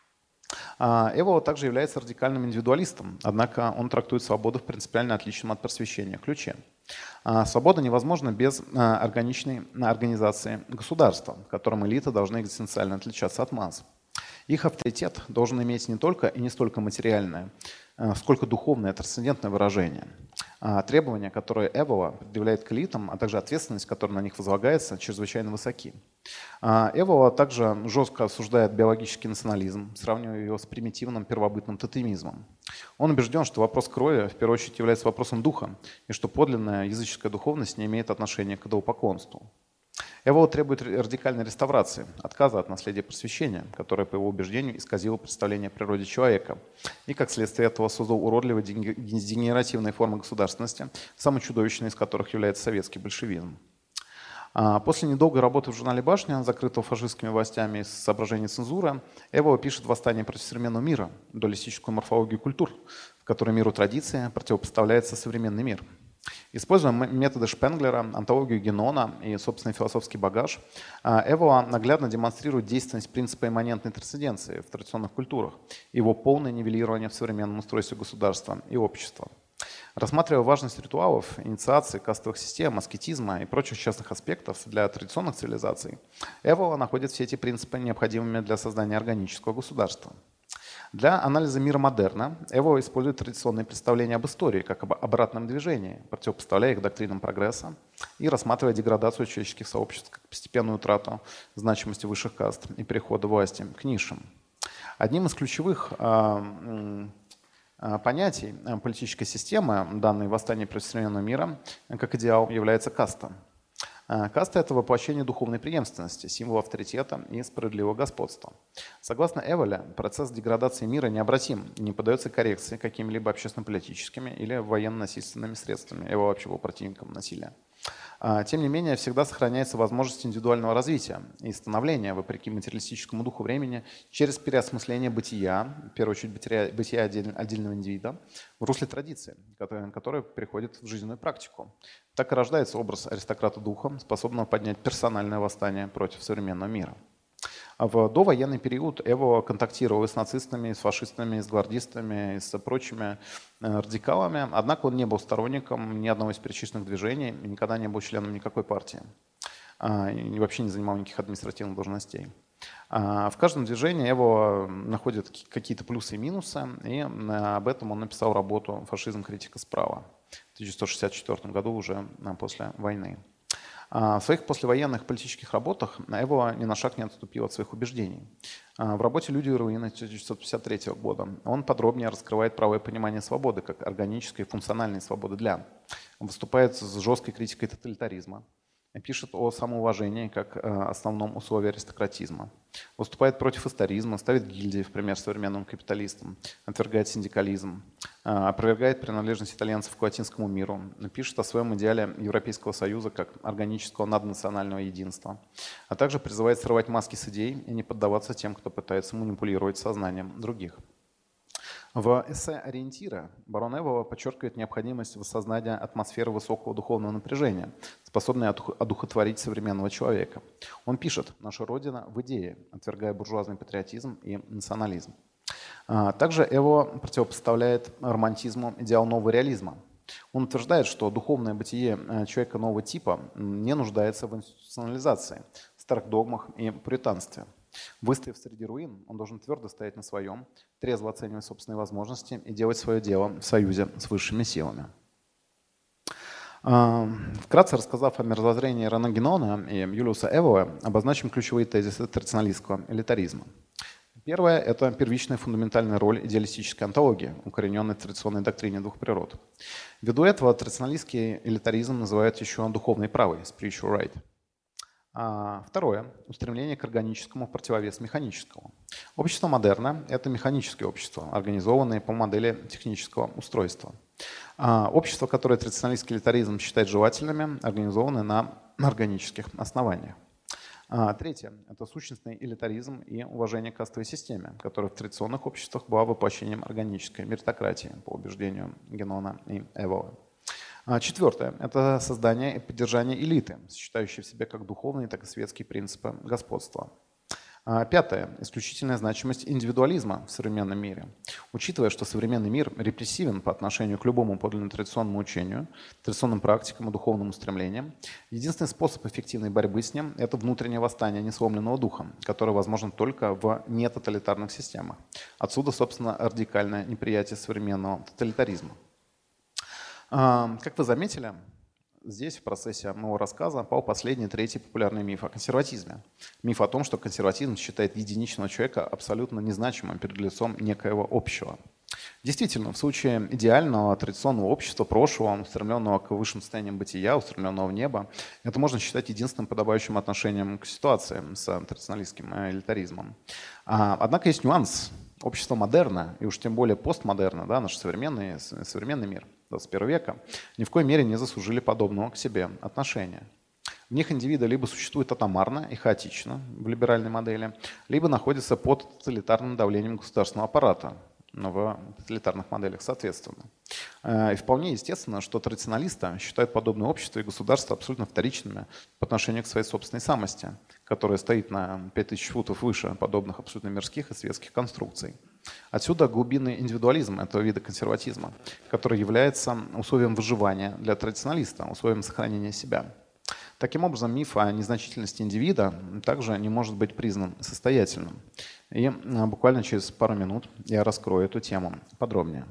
Эвола также является радикальным индивидуалистом, однако он трактует свободу в принципиально отличном от просвещения ключе. Свобода невозможна без органичной организации государства, в котором элиты должны экзистенциально отличаться от масс. Их авторитет должен иметь не только и не столько материальное, сколько духовное, трансцендентное выражение. Требования, которые Эвола предъявляет к элитам, а также ответственность, которая на них возлагается, чрезвычайно высоки. Эвола также жестко осуждает биологический национализм, сравнивая его с примитивным первобытным тотемизмом. Он убежден, что вопрос крови в первую очередь является вопросом духа, и что подлинная языческая духовность не имеет отношения к идолопоклонству. Эвола требует радикальной реставрации, отказа от наследия просвещения, которое, по его убеждению, исказило представление о природе человека. И, как следствие этого, создал уродливые дегенеративные формы государственности, самой чудовищной из которых является советский большевизм. После недолгой работы в журнале «Башня», закрытого фашистскими властями из соображений цензуры, Эвола пишет «Восстание против современного мира», дуалистическую морфологию культур, в которой миру традиции противопоставляется современный мир. Используя методы Шпенглера, антологию Генона и собственный философский багаж, Эвола наглядно демонстрирует действенность принципа имманентной трансценденции в традиционных культурах и его полное нивелирование в современном устройстве государства и общества. Рассматривая важность ритуалов, инициации, кастовых систем, аскетизма и прочих частных аспектов для традиционных цивилизаций, Эвола находит все эти принципы необходимыми для создания органического государства. Для анализа мира модерна Эвола использует традиционные представления об истории как об обратном движении, противопоставляя их доктринам прогресса и рассматривая деградацию человеческих сообществ как постепенную утрату значимости высших каст и перехода власти к низшим. Одним из ключевых понятий политической системы, данной восстание против современного мира, как идеал, является каста. Каста – это воплощение духовной преемственности, символ авторитета и справедливого господства. Согласно Эволе, процесс деградации мира необратим и не поддается коррекции какими-либо общественно-политическими или военно-насильственными средствами, его общего противником насилия. Тем не менее, всегда сохраняется возможность индивидуального развития и становления, вопреки материалистическому духу времени, через переосмысление бытия, в первую очередь бытия отдельного индивида, в русле традиции, которая, которая переходит в жизненную практику. Так и рождается образ аристократа духа, способного поднять персональное восстание против современного мира. В довоенный период Эвола контактировал с нацистами, с фашистами, с гвардистами, с прочими радикалами, однако он не был сторонником ни одного из перечисленных движений и никогда не был членом никакой партии и вообще не занимал никаких административных должностей. В каждом движении Эвола находит какие-то плюсы и минусы, и об этом он написал работу «Фашизм. Критика справа» в тысяча сто шестьдесят четвёртом году, уже после войны. В своих послевоенных политических работах Эвола ни на шаг не отступил от своих убеждений. В работе «Люди и руины» тысяча девятьсот пятьдесят третьего года он подробнее раскрывает правое понимание свободы как органической и функциональной свободы для. Он выступает с жесткой критикой тоталитаризма, пишет о самоуважении как основном условии аристократизма, выступает против историзма, ставит гильдии в пример современным капиталистам, отвергает синдикализм, опровергает принадлежность итальянцев к латинскому миру, пишет о своем идеале Европейского Союза как органического наднационального единства, а также призывает срывать маски с идей и не поддаваться тем, кто пытается манипулировать сознанием других. В эссе «Ориентиры» барон Эвола подчеркивает необходимость воссоздания атмосферы высокого духовного напряжения, способной одухотворить современного человека. Он пишет: «Наша Родина в идее», отвергая буржуазный патриотизм и национализм. Также Эвола противопоставляет романтизму идеал нового реализма. Он утверждает, что духовное бытие человека нового типа не нуждается в институционализации, старых догмах и пуританстве. Выстояв среди руин, он должен твердо стоять на своем, трезво оценивать собственные возможности и делать свое дело в союзе с высшими силами. Вкратце рассказав о мировоззрении Рена Генона и Юлиуса Эвола, обозначим ключевые тезисы традиционалистского элитаризма. Первое – это первичная фундаментальная роль идеалистической онтологии, укорененной в традиционной доктрине двух природ. Ввиду этого традиционалистский элитаризм называют еще духовной правой, spiritual right. А второе – устремление к органическому в противовес механическому. Общество модерна – это механическое общество, организованное по модели технического устройства. А общество, которое традиционалистский элитаризм считает желательными, организовано на органических основаниях. А третье – это сущностный элитаризм и уважение к кастовой системе, которая в традиционных обществах была воплощением органической меритократии, по убеждению Генона и Эвола. Четвертое – это создание и поддержание элиты, сочетающей в себе как духовные, так и светские принципы господства. Пятое – исключительная значимость индивидуализма в современном мире. Учитывая, что современный мир репрессивен по отношению к любому подлинно традиционному учению, традиционным практикам и духовным устремлениям, единственный способ эффективной борьбы с ним – это внутреннее восстание несломленного духа, которое возможно только в нетоталитарных системах. Отсюда, собственно, радикальное неприятие современного тоталитаризма. Как вы заметили, здесь в процессе моего рассказа пал последний, третий популярный миф о консерватизме. Миф о том, что консерватизм считает единичного человека абсолютно незначимым перед лицом некоего общего. Действительно, в случае идеального традиционного общества, прошлого, устремленного к высшим состояниям бытия, устремленного в небо, это можно считать единственным подобающим отношением к ситуации с традиционалистским элитаризмом. Однако есть нюанс. Общество модерна, и уж тем более постмодерна, да, наш современный, современный мир двадцать первого века, ни в коей мере не заслужили подобного к себе отношения. В них индивиды либо существуют атомарно и хаотично в либеральной модели, либо находятся под тоталитарным давлением государственного аппарата, в тоталитарных моделях соответственно. И вполне естественно, что традиционалисты считают подобное общество и государство абсолютно вторичными по отношению к своей собственной самости, которая стоит на пять тысяч футов выше подобных абсолютно мирских и светских конструкций. Отсюда глубинный индивидуализм этого вида консерватизма, который является условием выживания для традиционалиста, условием сохранения себя. Таким образом, миф о незначительности индивида также не может быть признан состоятельным. И буквально через пару минут я раскрою эту тему подробнее.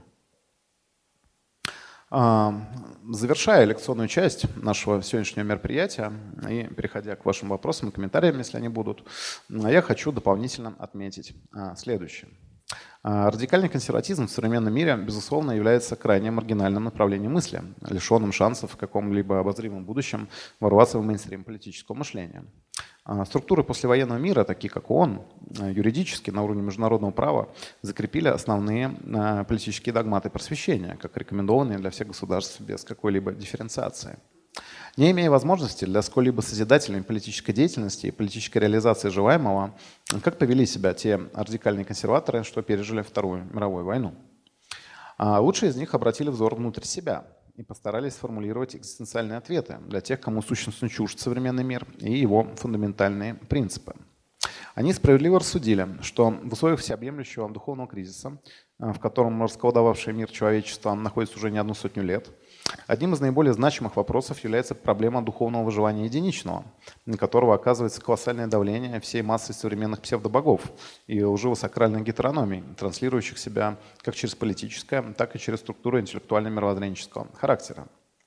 Завершая лекционную часть нашего сегодняшнего мероприятия и переходя к вашим вопросам и комментариям, если они будут, я хочу дополнительно отметить следующее. Радикальный консерватизм в современном мире, безусловно, является крайне маргинальным направлением мысли, лишенным шансов в каком-либо обозримом будущем ворваться в мейнстрим политического мышления. Структуры послевоенного мира, такие как ООН, юридически на уровне международного права закрепили основные политические догматы просвещения, как рекомендованные для всех государств без какой-либо дифференциации. Не имея возможности для сколь-либо созидательной политической деятельности и политической реализации желаемого, как повели себя те радикальные консерваторы, что пережили Вторую мировую войну? Лучшие из них обратили взор внутрь себя и постарались сформулировать экзистенциальные ответы для тех, кому сущностно чужд современный мир и его фундаментальные принципы. Они справедливо рассудили, что в условиях всеобъемлющего духовного кризиса, в котором расколдовавший мир человечества находится уже не одну сотню лет, одним из наиболее значимых вопросов является проблема духовного выживания единичного, на которого оказывается колоссальное давление всей массы современных псевдобогов и лживо-сакральных гетерономий, транслирующих себя как через политическое, так и через структуру интеллектуально-мировоззренческого характера.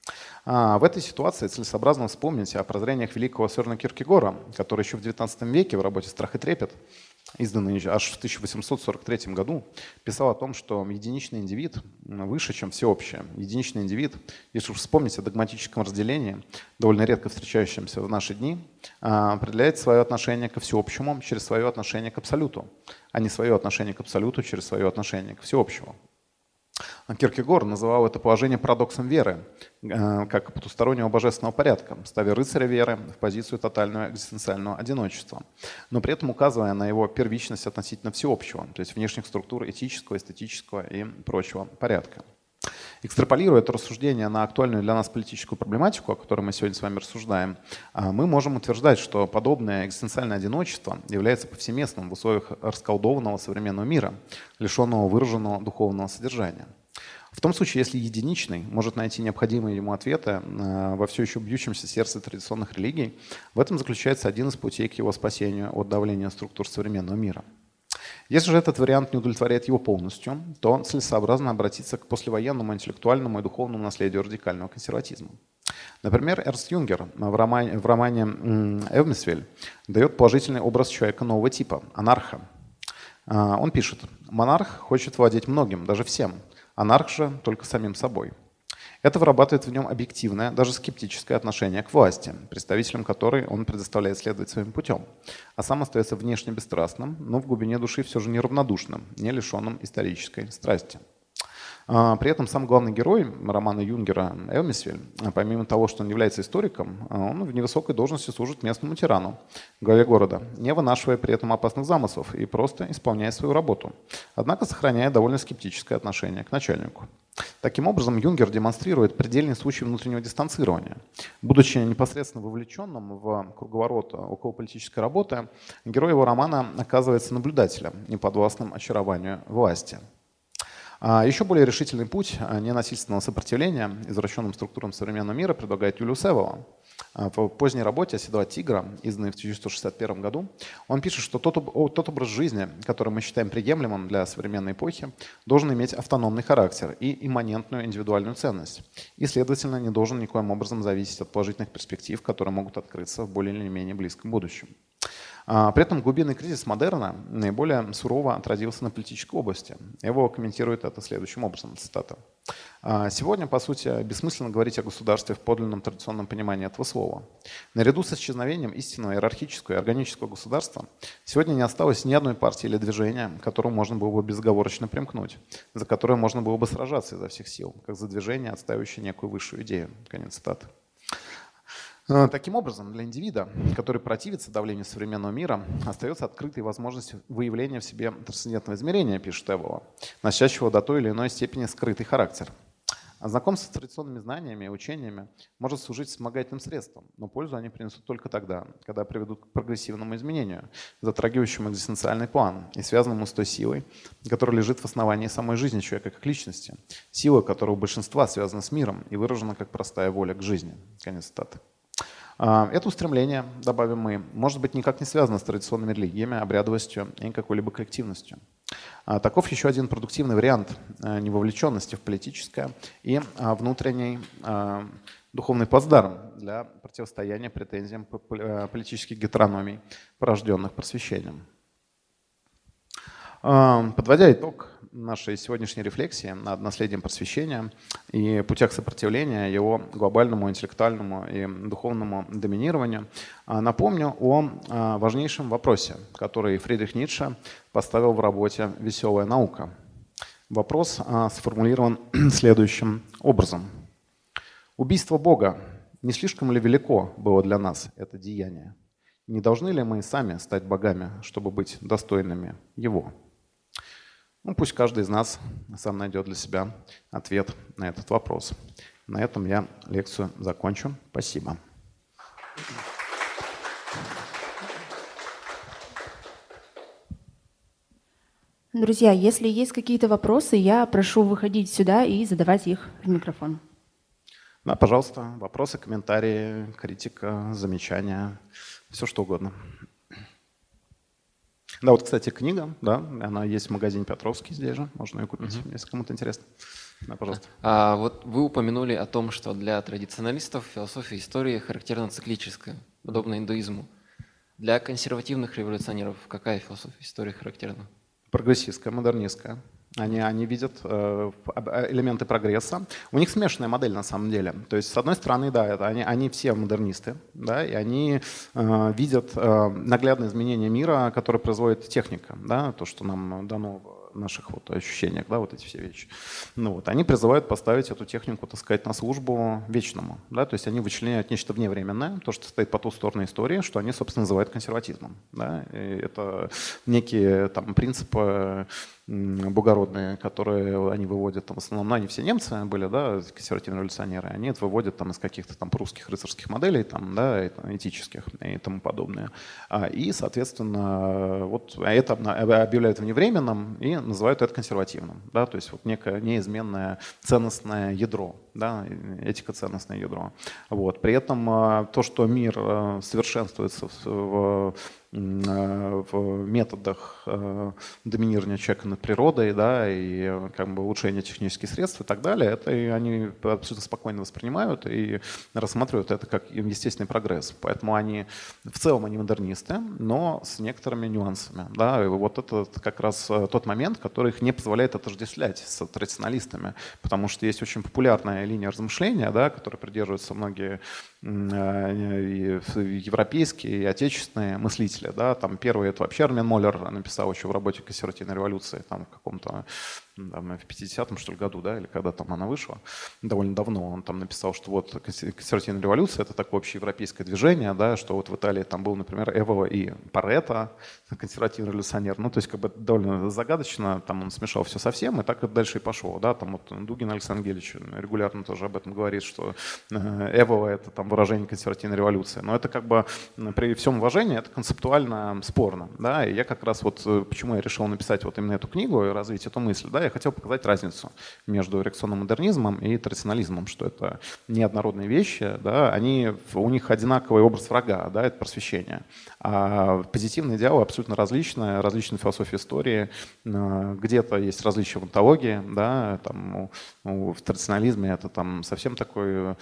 А в этой ситуации целесообразно вспомнить о прозрениях великого Сёрена Кierкегора, который еще в девятнадцатом веке в работе «Страх и трепет», изданный аж в тысяча восемьсот сорок третьем году, писал о том, что единичный индивид выше, чем всеобщее. Единичный индивид, если уж вспомнить о догматическом разделении, довольно редко встречающемся в наши дни, определяет свое отношение ко всеобщему через свое отношение к абсолюту, а не свое отношение к абсолюту через свое отношение к всеобщему. Кierкегор называл это положение парадоксом веры, как потустороннего божественного порядка, ставя рыцаря веры в позицию тотального экзистенциального одиночества, но при этом указывая на его первичность относительно всеобщего, то есть внешних структур этического, эстетического и прочего порядка. Экстраполируя это рассуждение на актуальную для нас политическую проблематику, о которой мы сегодня с вами рассуждаем, мы можем утверждать, что подобное экзистенциальное одиночество является повсеместным в условиях расколдованного современного мира, лишенного выраженного духовного содержания. В том случае, если единичный может найти необходимые ему ответы во все еще бьющемся сердце традиционных религий, в этом заключается один из путей к его спасению от давления структур современного мира. Если же этот вариант не удовлетворяет его полностью, то целесообразно обратиться к послевоенному интеллектуальному и духовному наследию радикального консерватизма. Например, Эрнст Юнгер в романе, в романе «Эвмесвель» дает положительный образ человека нового типа – анарха. Он пишет: «Монарх хочет владеть многим, даже всем, анарх же только самим собой». Это вырабатывает в нем объективное, даже скептическое отношение к власти, представителям которой он предоставляет следовать своим путем, а сам остается внешне бесстрастным, но в глубине души все же неравнодушным, не лишенным исторической страсти. При этом сам главный герой романа Юнгера Эвмесвель, помимо того, что он является историком, он в невысокой должности служит местному тирану, главе города, не вынашивая при этом опасных замыслов и просто исполняя свою работу, однако сохраняя довольно скептическое отношение к начальнику. Таким образом, Юнгер демонстрирует предельный случай внутреннего дистанцирования. Будучи непосредственно вовлеченным в круговорот околополитической работы, герой его романа оказывается наблюдателем, неподвластным очарованию власти. Еще более решительный путь ненасильственного сопротивления извращенным структурам современного мира предлагает Юлиус Эвола. В поздней работе «Оседлать тигра», изданной в тысяча девятьсот шестьдесят первом году, он пишет, что тот, тот образ жизни, который мы считаем приемлемым для современной эпохи, должен иметь автономный характер и имманентную индивидуальную ценность, и, следовательно, не должен никоим образом зависеть от положительных перспектив, которые могут открыться в более или менее близком будущем. При этом глубинный кризис модерна наиболее сурово отразился на политической области. Его комментирует это следующим образом, цитата. «Сегодня, по сути, бессмысленно говорить о государстве в подлинном традиционном понимании этого слова. Наряду с исчезновением истинного иерархического и органического государства сегодня не осталось ни одной партии или движения, к которому можно было бы безоговорочно примкнуть, за которое можно было бы сражаться изо всех сил, как за движение, отстаивающее некую высшую идею». Конец цитаты. Таким образом, для индивида, который противится давлению современного мира, остается открытой возможность выявления в себе трансцендентного измерения, пишет Эвола, носящего до той или иной степени скрытый характер. А знакомство с традиционными знаниями и учениями может служить вспомогательным средством, но пользу они принесут только тогда, когда приведут к прогрессивному изменению, затрагивающему экзистенциальный план и связанному с той силой, которая лежит в основании самой жизни человека как личности, сила, которая у большинства связана с миром и выражена как простая воля к жизни. Конец цитаты. Это устремление, добавим мы, может быть никак не связано с традиционными религиями, обрядовостью и какой-либо коллективностью. Таков еще один продуктивный вариант невовлеченности в политическое и внутренний духовный плацдарм для противостояния претензиям политических гетерономий, порожденных просвещением. Подводя итог нашей сегодняшней рефлексии над наследием просвещения и путях сопротивления его глобальному интеллектуальному и духовному доминированию, напомню о важнейшем вопросе, который Фридрих Ницше поставил в работе «Веселая наука». Вопрос сформулирован следующим образом. Убийство Бога не слишком ли велико было для нас это деяние? Не должны ли мы сами стать богами, чтобы быть достойными Его? Ну, пусть каждый из нас сам найдет для себя ответ на этот вопрос. На этом я лекцию закончу. Спасибо. Друзья, если есть какие-то вопросы, я прошу выходить сюда и задавать их в микрофон. Да, пожалуйста, вопросы, комментарии, критика, замечания, все что угодно. Да, вот, кстати, книга, да, она есть в магазине Петровский здесь же, можно ее купить, uh-huh. если кому-то интересно. Да, пожалуйста. А, вот вы упомянули о том, что для традиционалистов философия истории характерна циклическая, подобно индуизму. Для консервативных революционеров какая философия истории характерна? Прогрессистская, модернистская. Они, они видят э, элементы прогресса. У них смешанная модель на самом деле. То есть, с одной стороны, да, это они, они все модернисты, да, и они э, видят э, наглядное изменение мира, которое производит техника, да, то, что нам дано в наших вот ощущениях, да, вот эти все вещи. Ну, вот, они призывают поставить эту технику, так сказать, на службу вечному. Да, то есть они вычленяют нечто вневременное, то, что стоит по ту сторону истории, что они, собственно, называют консерватизмом. Да. И это некие там, принципы благородные, которые они выводят, там, в основном, ну, они все немцы были, да, консервативные революционеры, они это выводят там, из каких-то там прусских рыцарских моделей, там, да, этических и тому подобное. И, соответственно, вот это объявляют вневременным и называют это консервативным, да, то есть вот некое неизменное ценностное ядро, да, этико-ценностное ядро. Вот. При этом то, что мир совершенствуется в в методах э, доминирования человека над природой, да, и как бы улучшения технических средств и так далее, это они абсолютно спокойно воспринимают и рассматривают это как естественный прогресс. Поэтому они в целом они модернисты, но с некоторыми нюансами. Да, и вот это как раз тот момент, который их не позволяет отождествлять с традиционалистами, потому что есть очень популярная линия размышления, да, которой придерживаются многие европейские и отечественные мыслители. Да, там первый это вообще Армен Моллер написал еще в работе «Консервативной революции» там, в каком-то там, в пятидесятом что ли году, да, или когда там она вышла, довольно давно. Он там написал, что вот консервативная революция — это такое общеевропейское движение, да, что вот в Италии там был, например, Эвола и Паретто, консервативный революционер. Ну, то есть как бы довольно загадочно, там он смешал все совсем, и так это дальше и пошло. Да, там вот Дугин Александр Ангелевич регулярно тоже об этом говорит, что Эвола — это там выражение консервативной революции. Но это как бы при всем уважении это концептуально спорно. Да, и я как раз вот почему я решил написать вот именно эту книгу и развить эту мысль, да, я хотел показать разницу между реакционным модернизмом и традиционализмом, что это неоднородные вещи, да, они, у них одинаковый образ врага, да, это просвещение. А позитивные идеалы абсолютно различные, различные философии истории, где-то есть различия в онтологии, да, там, у, в традиционализме это там совсем такой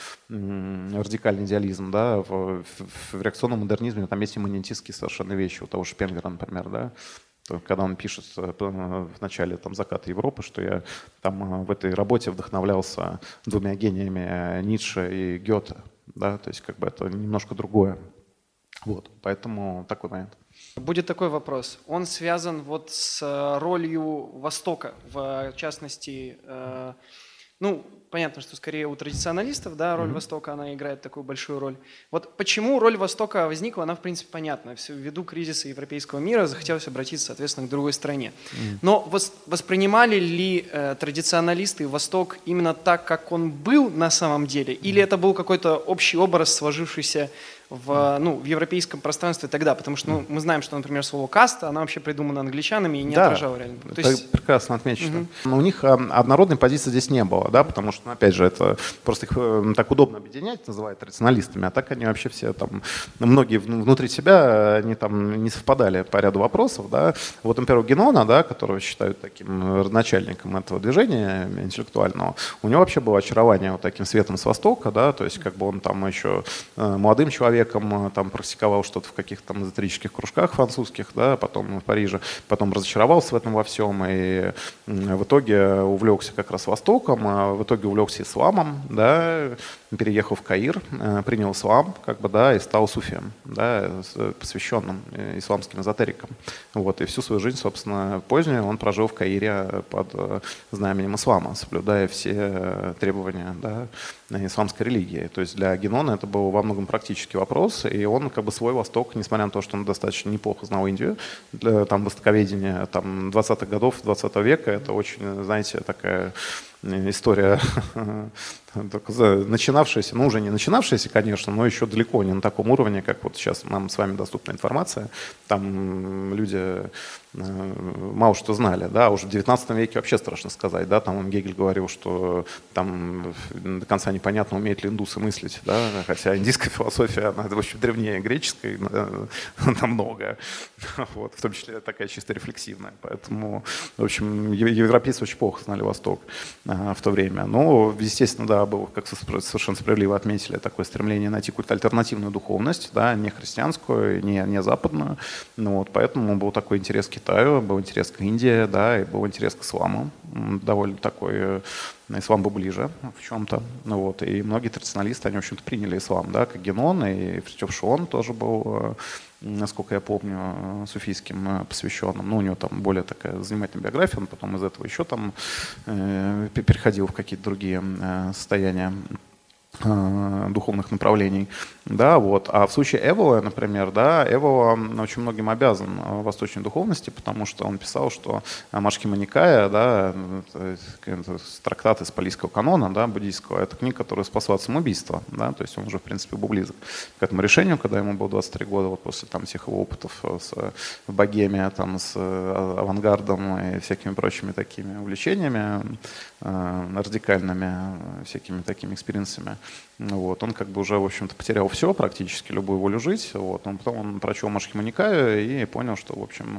м, радикальный идеализм, да, в, в, в реакционном модернизме там есть имманентистские совершенно вещи, у того же Шпенглера, например, да, когда он пишет в начале там, «Заката Европы», что я там в этой работе вдохновлялся двумя гениями Ницше и Гёте, да, то есть как бы это немножко другое. Вот, поэтому такой момент. Будет такой вопрос. Он связан вот с ролью Востока, в частности, э, ну, понятно, что скорее у традиционалистов, да, роль mm-hmm. Востока, она играет такую большую роль. Вот почему роль Востока возникла, она, в принципе, понятна. Ввиду кризиса европейского мира захотелось обратиться, соответственно, к другой стране. Mm-hmm. Но воспринимали ли э, традиционалисты Восток именно так, как он был на самом деле? Или mm-hmm. это был какой-то общий образ, сложившийся в, ну, в европейском пространстве тогда? Потому что ну, мы знаем, что, например, слово «каста», она вообще придумана англичанами и не да, отражала реально. То это есть... прекрасно отмечено. Угу. Но у них однородной позиции здесь не было, да, потому что, ну, опять же, это просто их так удобно объединять, называют традиционалистами, а так они вообще все там, многие внутри себя, они там не совпадали по ряду вопросов, да. Вот, например, Генона, да, которого считают таким родоначальником этого движения интеллектуального, у него вообще было очарование вот таким светом с Востока, да, то есть как бы он там еще молодым человеком там практиковал что-то в каких-то там эзотерических кружках французских, да, потом в Париже, потом разочаровался в этом во всем и в итоге увлекся как раз Востоком, а в итоге увлекся исламом, да, переехал в Каир, принял ислам, как бы, да, и стал суфием, да, посвященным исламским эзотерикам. Вот, и всю свою жизнь, собственно, позднюю он прожил в Каире под знаменем ислама, соблюдая все требования, да, исламской религии. То есть для Генона это был во многом практический вопрос, и он как бы свой Восток, несмотря на то, что он достаточно неплохо знал Индию, для, там востоковедение там, двадцатых годов двадцатого века, это очень, знаете, такая история начинавшаяся, ну уже не начинавшаяся, конечно, но еще далеко не на таком уровне, как вот сейчас нам с вами доступна информация. Там люди мало что знали, да, уже в девятнадцатом веке вообще страшно сказать, да, там Гегель говорил, что там до конца непонятно, умеют ли индусы мыслить, да, хотя индийская философия, она очень древнее греческой намного, вот, в том числе такая чисто рефлексивная, поэтому, в общем, европейцы очень плохо знали Восток в то время, но, естественно, да, было, как совершенно справедливо отметили, такое стремление найти какую-то альтернативную духовность, да, не христианскую, не, не западную, ну, вот, поэтому был такой интерес к Китаю, был интерес к Индии, да, и был интерес к исламу, довольно такой, ислам был ближе в чем-то, ну, вот, и многие традиционалисты, они, в общем-то, приняли ислам, да, как Генон, и Фритьёф Шион тоже был, насколько я помню, суфийским посвященным, ну, у него там более такая занимательная биография, он потом из этого еще там э, переходил в какие-то другие э, состояния духовных направлений, да, вот. А в случае Эвола, например, да, Эвола очень многим обязан восточной духовности, потому что он писал, что Машхима Никая, да, трактат из палийского канона, да, буддийского, это книга, которая спасла от самоубийства, да, то есть он уже, в принципе, был близок к этому решению, когда ему было двадцать три года, вот после там всех его опытов с, в богеме, там, с авангардом и всякими прочими такими увлечениями э, радикальными, всякими такими экспириенсами. Вот. Он как бы уже, в общем-то, потерял все, практически любую волю жить. Вот. Но потом он прочел Машхима Никаю и понял, что, в общем,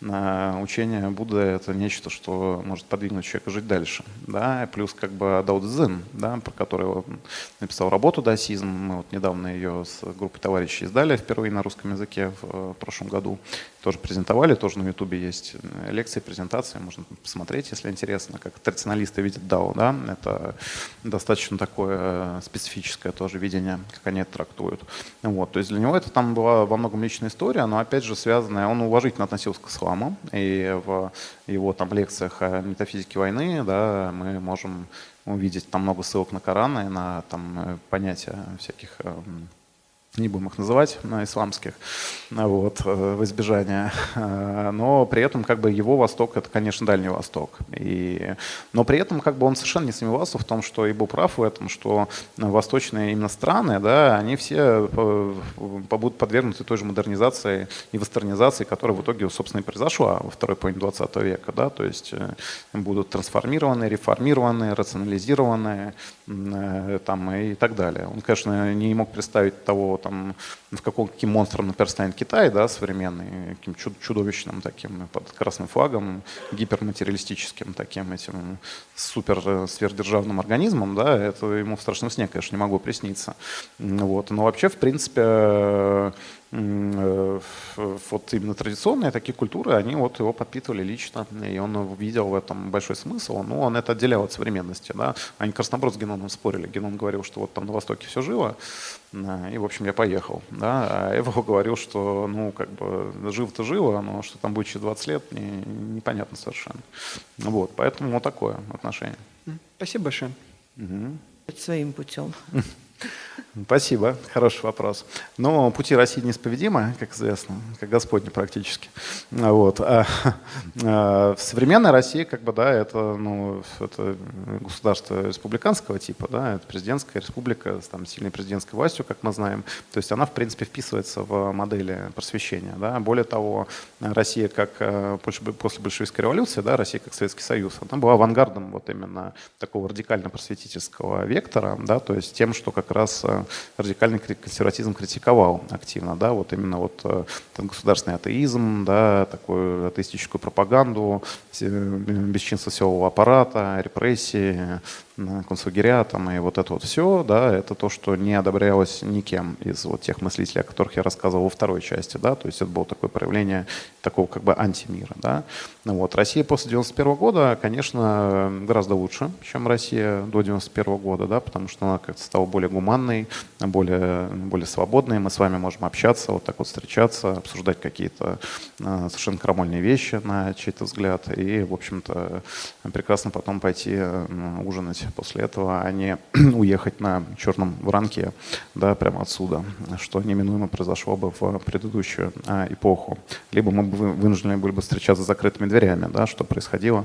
учение Будды — это нечто, что может подвигнуть человека жить дальше. Да? И плюс как бы Дао Дэ Цзин, да, про который он написал работу «Даосизм». Мы вот недавно ее с группой товарищей издали впервые на русском языке в прошлом году. Тоже презентовали, тоже на Ютубе есть лекции, презентации, можно посмотреть, если интересно, как традиционалисты видят дао. Да? Это достаточно такое специфическое тоже видение, как они это трактуют. Вот. То есть для него это там была во многом личная история, но опять же связанная, он уважительно относился к исламу, и в его там лекциях о метафизике войны, да, мы можем увидеть там много ссылок на Коран и на там понятия всяких не будем их называть, исламских, вот, в избежание. Но при этом как бы его Восток — это, конечно, Дальний Восток. И, но при этом как бы он совершенно не сомневался в том, что и был прав в этом, что восточные именно страны, да, они все будут подвергнуты той же модернизации и вестернизации, которая в итоге, собственно, и произошла во второй половине двадцатого века. Да, то есть будут трансформированы, реформированы, рационализированы там, и так далее. Он, конечно, не мог представить того, там, в каком, каким монстром, например, станет Китай, да, современный, каким чудовищным таким под красным флагом, гиперматериалистическим таким этим супер сверхдержавным организмом, да, это ему в страшном сне, конечно, не могло присниться. Вот. Но вообще, в принципе, вот именно традиционные такие культуры, они вот его подпитывали лично, и он видел в этом большой смысл, но он это отделял от современности. Да. Они как раз наоборот с Геноном спорили. Генон говорил, что вот там на Востоке все живо, и, в общем, я поехал. Да. А Эво говорил, что, ну, как бы, живо-то живо, но что там будет через двадцать лет, не, непонятно совершенно. Вот, поэтому вот такое отношение. Спасибо большое. Угу. Своим путем. Спасибо, хороший вопрос. Но пути России неисповедимы, как известно, как Господни практически. Вот. А, а, в современной России, как бы, да, это, ну, это государство республиканского типа, да, это президентская республика с там, сильной президентской властью, как мы знаем. То есть она, в принципе, вписывается в модели просвещения. Да. Более того, Россия, как после большевистской революции, да, Россия как Советский Союз, она была авангардом вот именно такого радикально-просветительского вектора, да, то есть тем, что как раз радикальный консерватизм критиковал активно, да, вот именно вот этот государственный атеизм, да, такую атеистическую пропаганду, бесчинство силового аппарата, репрессии, концлагеря там, и вот это вот все, да, это то, что не одобрялось никем из вот тех мыслителей, о которых я рассказывал во второй части, да, то есть это было такое проявление такого как бы антимира, да. Вот. Россия после девяносто первого года, конечно, гораздо лучше, чем Россия до девяносто первого года, да, потому что она как-то стала более гуманной, более, более свободной, мы с вами можем общаться, вот так вот встречаться, обсуждать какие-то а, совершенно крамольные вещи на чей-то взгляд и, в общем-то, прекрасно потом пойти а, ужинать после этого, а не уехать на черном вранке, да, прямо отсюда, что неминуемо произошло бы в предыдущую а, эпоху. Либо мы бы вынуждены были бы встречаться с закрытыми дверями, да, что происходило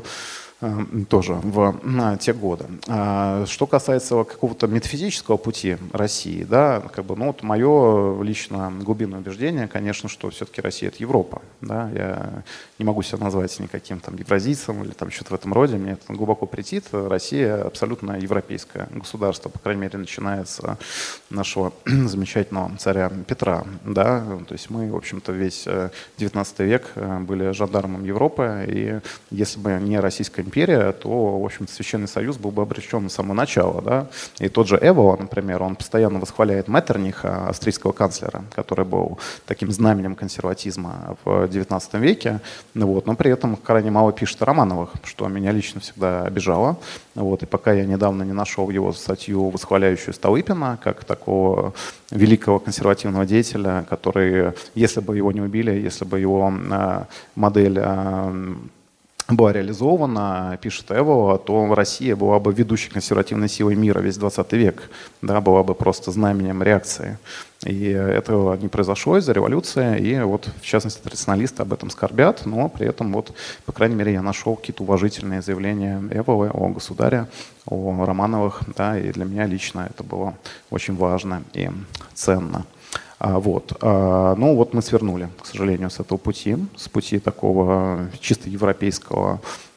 тоже в на те годы. Что касается какого-то метафизического пути России, да, как бы, ну, вот мое лично глубинное убеждение, конечно, что все-таки Россия — это Европа. Да, я не могу себя назвать никаким там евразийцем или там что-то в этом роде, мне это глубоко претит. Россия абсолютно европейское государство, по крайней мере, начиная с нашего замечательного царя Петра. Да, то есть мы, в общем-то, весь девятнадцатый век были жандармом Европы, и если бы не Российская империя, то, в общем-то, Священный Союз был бы обречен с самого начала. Да? И тот же Эво, например, он постоянно восхваляет Меттерниха, австрийского канцлера, который был таким знаменем консерватизма в девятнадцатом веке, вот, но при этом крайне мало пишет о Романовых, что меня лично всегда обижало. Вот, и пока я недавно не нашел его статью, восхваляющую Столыпина, как такого великого консервативного деятеля, который, если бы его не убили, если бы его э, модель э, была реализована, пишет Эво, то Россия была бы ведущей консервативной силой мира весь двадцатый век, да, была бы просто знаменем реакции. И этого не произошло из-за революции, и вот, в частности, традиционалисты об этом скорбят, но при этом, вот, по крайней мере, я нашел какие-то уважительные заявления Эво о государе, о Романовых, да, и для меня лично это было очень важно и ценно. Вот. Ну вот мы свернули, к сожалению, с этого пути, с пути такого чисто европейского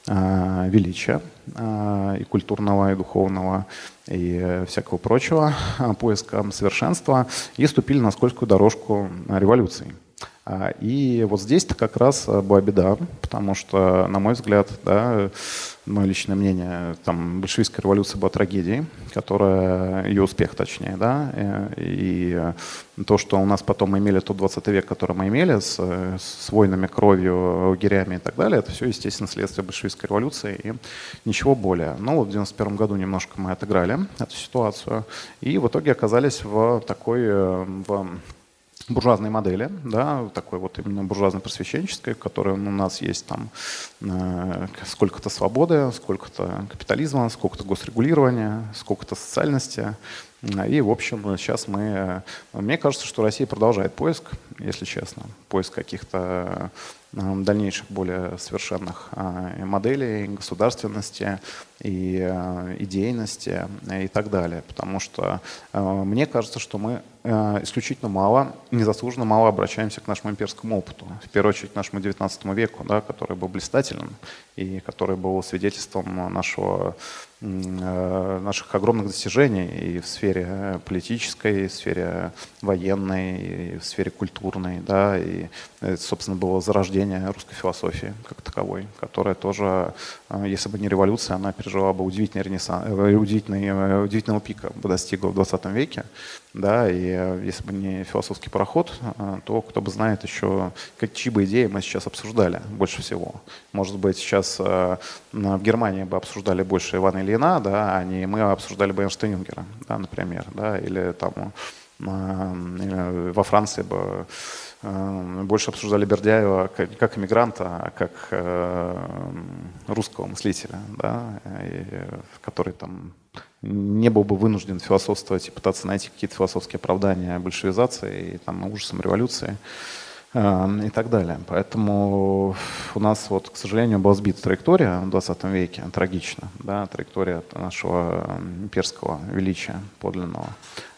величия и культурного, и духовного, и всякого прочего, поиска совершенства, и ступили на скользкую дорожку революции. И вот здесь-то как раз была беда, потому что, на мой взгляд, да, мое личное мнение, там, большевистская революция была трагедией, которая, ее успех точнее, да, и, и то, что у нас потом мы имели тот двадцатый век, который мы имели, с, с войнами, кровью, лагерями и так далее, это все, естественно, следствие большевистской революции и ничего более. Но вот в девяносто первом году немножко мы отыграли эту ситуацию, и в итоге оказались в такой, в буржуазной модели, да, такой вот именно буржуазно-просвещенческой, в которой у нас есть там э, сколько-то свободы, сколько-то капитализма, сколько-то госрегулирования, сколько-то социальности, И, в общем, сейчас мы... Мне кажется, что Россия продолжает поиск, если честно, поиск каких-то дальнейших более совершенных моделей государственности и идейности и так далее. Потому что мне кажется, что мы исключительно мало, незаслуженно мало обращаемся к нашему имперскому опыту. В первую очередь к нашему девятнадцатому веку, да, который был блистательным и который был свидетельством нашего, наших огромных достижений и в сфере политической, и в сфере военной, и в сфере культурной. Да, и это, собственно, было зарождение русской философии как таковой, которая тоже, если бы не революция, она пережила бы удивительный ренессанс, удивительный, удивительного пика бы достигла в двадцатом веке. Да, и если бы не философский пароход, то кто бы знает еще, чьи бы идеи мы сейчас обсуждали больше всего. Может быть, сейчас в Германии бы обсуждали больше Ивана Ильина, да, а не мы обсуждали бы Эйнштейна, да, например, да, или там во Франции бы больше обсуждали Бердяева как иммигранта, а как русского мыслителя, да, который там не был бы вынужден философствовать и пытаться найти какие-то философские оправдания большевизации и там, ужасам революции и так далее. Поэтому у нас, вот, к сожалению, была сбита траектория в двадцатом веке, трагично, да, траектория нашего имперского величия подлинного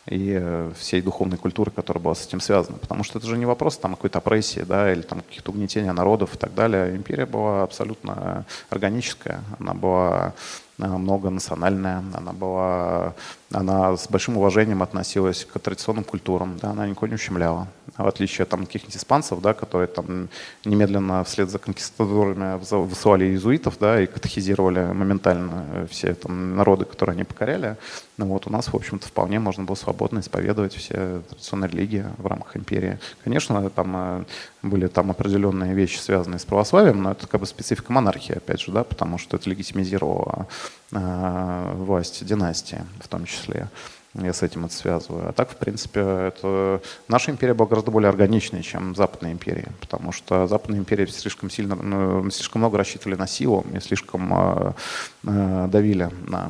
и всей духовной культуры, которая была с этим связана. Потому что это же не вопрос там, какой-то опрессии, да, или там, каких-то угнетения народов и так далее. Империя была абсолютно органическая, она была многонациональная, она была, она с большим уважением относилась к традиционным культурам, да, она никого не ущемляла. А в отличие от там, каких-нибудь испанцев, да, которые там немедленно вслед за конкистадорами высылали иезуитов, да, и катехизировали моментально все там, народы, которые они покоряли, ну, вот у нас, в общем-то, вполне можно было свободно исповедовать все традиционные религии в рамках империи. Конечно, там были там определенные вещи, связанные с православием, но это как бы специфика монархии, опять же, да, потому что это легитимизировало э, власть династии в том числе. Я с этим это связываю. А так, в принципе, это... наша империя была гораздо более органичной, чем Западная империя, потому что Западная империя слишком сильно, ну, слишком много рассчитывали на силу и слишком э, э, давили на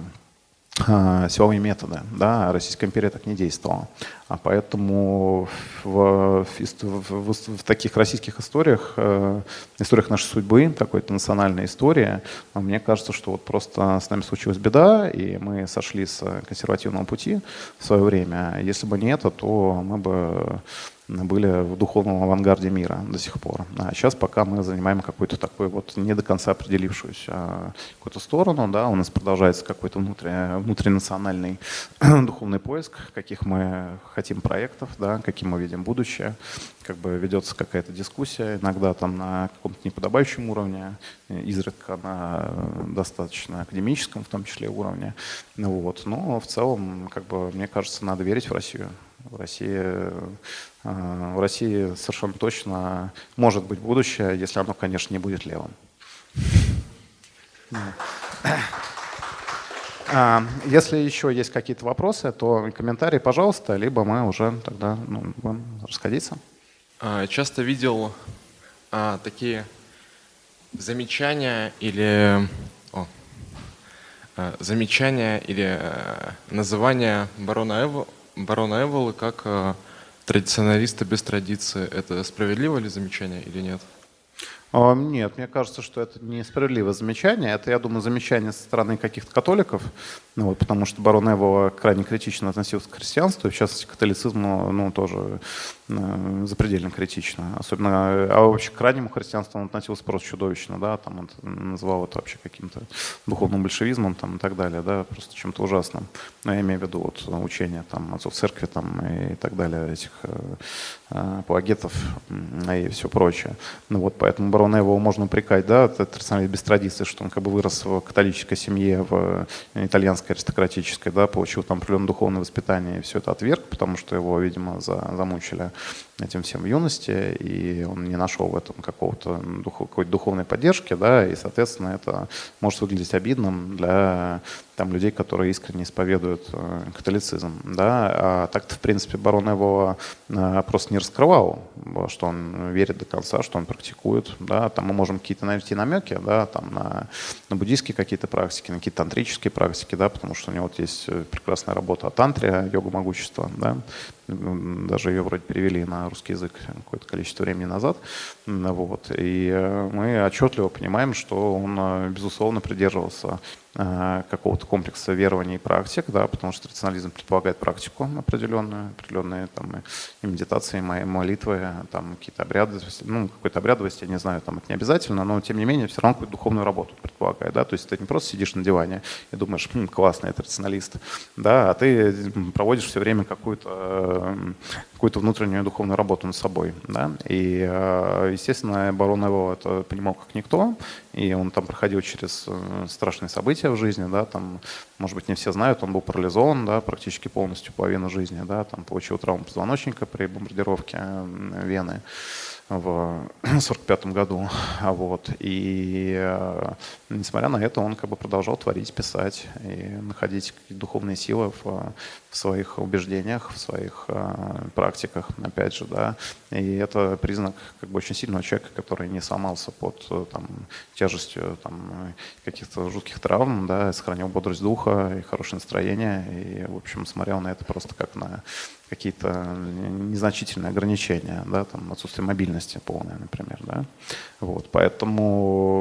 силовые методы, да, Российская империя так не действовала. А поэтому в, в, в, в таких российских историях, э, историях нашей судьбы, какой-то национальной истории, мне кажется, что вот просто с нами случилась беда, и мы сошли с консервативного пути в свое время. Если бы не это, то мы бы были в духовном авангарде мира до сих пор. А сейчас пока мы занимаем какую-то такую вот не до конца определившуюся какую-то сторону, да, у нас продолжается какой-то внутри, внутринациональный духовный поиск, каких мы хотим проектов, да, каким мы видим будущее. Как бы ведется какая-то дискуссия, иногда там на каком-то неподобающем уровне, изредка на достаточно академическом, в том числе, уровне. Вот. Но в целом, как бы, мне кажется, надо верить в Россию. В России, в России совершенно точно может быть будущее, если оно, конечно, не будет левым. Если еще есть какие-то вопросы, то комментарии, пожалуйста, либо мы уже тогда ну, будем расходиться. Часто видел а, такие замечания или о, а, замечания или а, называния барона Эвола барона Эволы как а, традиционалиста без традиции. Это справедливо ли замечание или нет? Нет, мне кажется, что это несправедливое замечание. Это, я думаю, замечание со стороны каких-то католиков, ну, вот, потому что барон Эвола крайне критично относился к христианству, и в частности к католицизму ну, тоже э, запредельно критично. Особенно, а вообще к крайнему христианству он относился просто чудовищно, да, там он называл это вообще каким-то духовным большевизмом там, и так далее, да, просто чем-то ужасным. Но я имею в виду вот, учения там, отцов церкви там, и так далее, этих э, апологетов и все прочее. Ну, вот, поэтому барона Эволу можно упрекать, да, это традиционалист без традиции, что он как бы вырос в католической семье, в итальянской аристократической, да, получил там определенное духовное воспитание и все это отверг, потому что его, видимо, за, замучили этим всем в юности, и он не нашел в этом какого-то дух, какой-то духовной поддержки, да, и, соответственно, это может выглядеть обидным для там, людей, которые искренне исповедуют католицизм. Да? А так-то, в принципе, барон Эвола просто не раскрывал, что он верит до конца, что он практикует. Да? Там мы можем какие-то найти намеки, да? Там на, на буддийские какие-то практики, на какие-то тантрические практики, да? Потому что у него вот есть прекрасная работа о тантре, йога могущества. Да? Даже ее вроде перевели на русский язык какое-то количество времени назад. Вот. И мы отчетливо понимаем, что он, безусловно, придерживался какого-то комплекса верований и практик, да, потому что традиционализм предполагает практику определенную, определенные там, и медитации, и молитвы, там, какие-то обряды, ну, какой-то обрядовость, я не знаю, там, это не обязательно, но тем не менее все равно какую-то духовную работу предполагает. Да? То есть ты не просто сидишь на диване и думаешь, хм, классный, я традиционалист, да, а ты проводишь все время какую-то, какую-то внутреннюю духовную работу над собой. Да? И, естественно, барон Эвола это понимал как никто, и он там проходил через страшные события в жизни, да, там, может быть, не все знают, он был парализован, да, практически полностью половину жизни, да, там, получил травму позвоночника при бомбардировке Вены в сорок пятом году, вот, и э, несмотря на это он как бы продолжал творить, писать и находить духовные силы в, в своих убеждениях, в своих э, практиках, опять же, да, и это признак как бы очень сильного человека, который не сломался под там, тяжестью там, каких-то жутких травм, да, сохранил бодрость духа и хорошее настроение, и, в общем, смотрел на это просто как на какие-то незначительные ограничения, да, там отсутствие мобильности полное, например, да, вот, поэтому,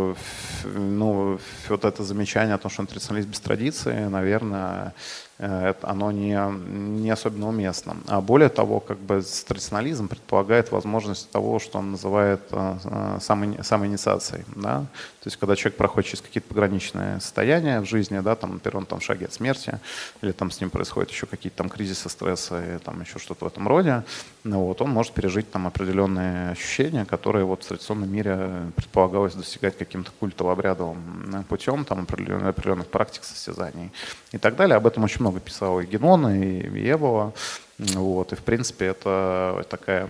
ну, вот это замечание о том, что он традиционалист без традиции, наверное, это, оно не, не особенно уместно. А более того, как бы традиционализм предполагает возможность того, что он называет э, самой, самоинициацией. Да? То есть, когда человек проходит через какие-то пограничные состояния в жизни, да, там, например, он там в шаге от смерти, или там с ним происходят еще какие-то там кризисы, стрессы, там еще что-то в этом роде, ну, вот, он может пережить там определенные ощущения, которые вот в традиционном мире предполагалось достигать каким-то культово-обрядовым путем, там, определенных, определенных практик, состязаний и так далее. Об этом очень много писал и Генон, и Эвола. Вот. И, в принципе, это такая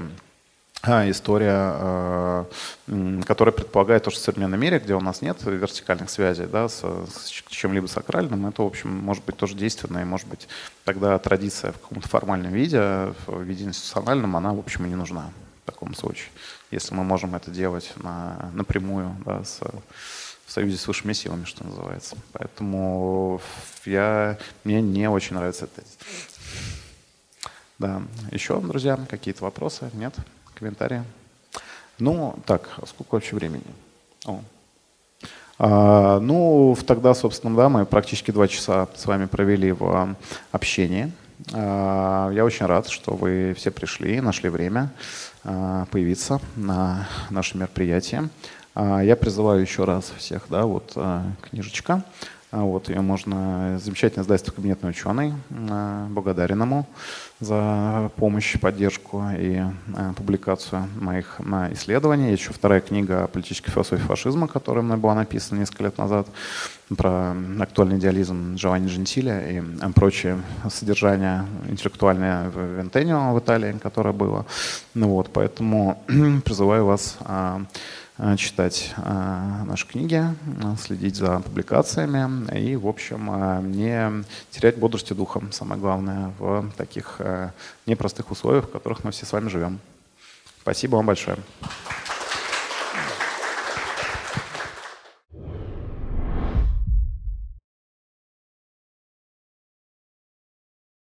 история, которая предполагает то, что в современном мире, где у нас нет вертикальных связей, да, с, с чем-либо сакральным, это, в общем, может быть тоже действенно, и, может быть, тогда традиция в каком-то формальном виде, в виде институциональном, она, в общем, и не нужна в таком случае. Если мы можем это делать на, напрямую, да, с, в союзе с высшими силами, что называется. Поэтому я, мне не очень нравится это. Да. Еще, друзья, какие-то вопросы? Нет? Комментарии? Ну, так, а сколько вообще времени? О. А, ну, тогда, собственно, да, мы практически два часа с вами провели в общении. А, я очень рад, что вы все пришли, нашли время а, появиться на нашем мероприятии. А, я призываю еще раз всех, да, вот а, книжечка. Вот, ее можно, замечательное издательство «Кабинетный ученый», благодарен ему за помощь, поддержку и э, публикацию моих э, исследований. Есть еще вторая книга о политической философии фашизма, которая мной была написана несколько лет назад, про актуальный идеализм Джованни Джентиле и э, прочее содержание интеллектуальное в Вентенио в Италии, которое было. Ну, вот, поэтому призываю вас э, читать э, наши книги, следить за публикациями и, в общем, э, не терять бодрости духа, самое главное, в таких э, непростых условиях, в которых мы все с вами живем. Спасибо вам большое.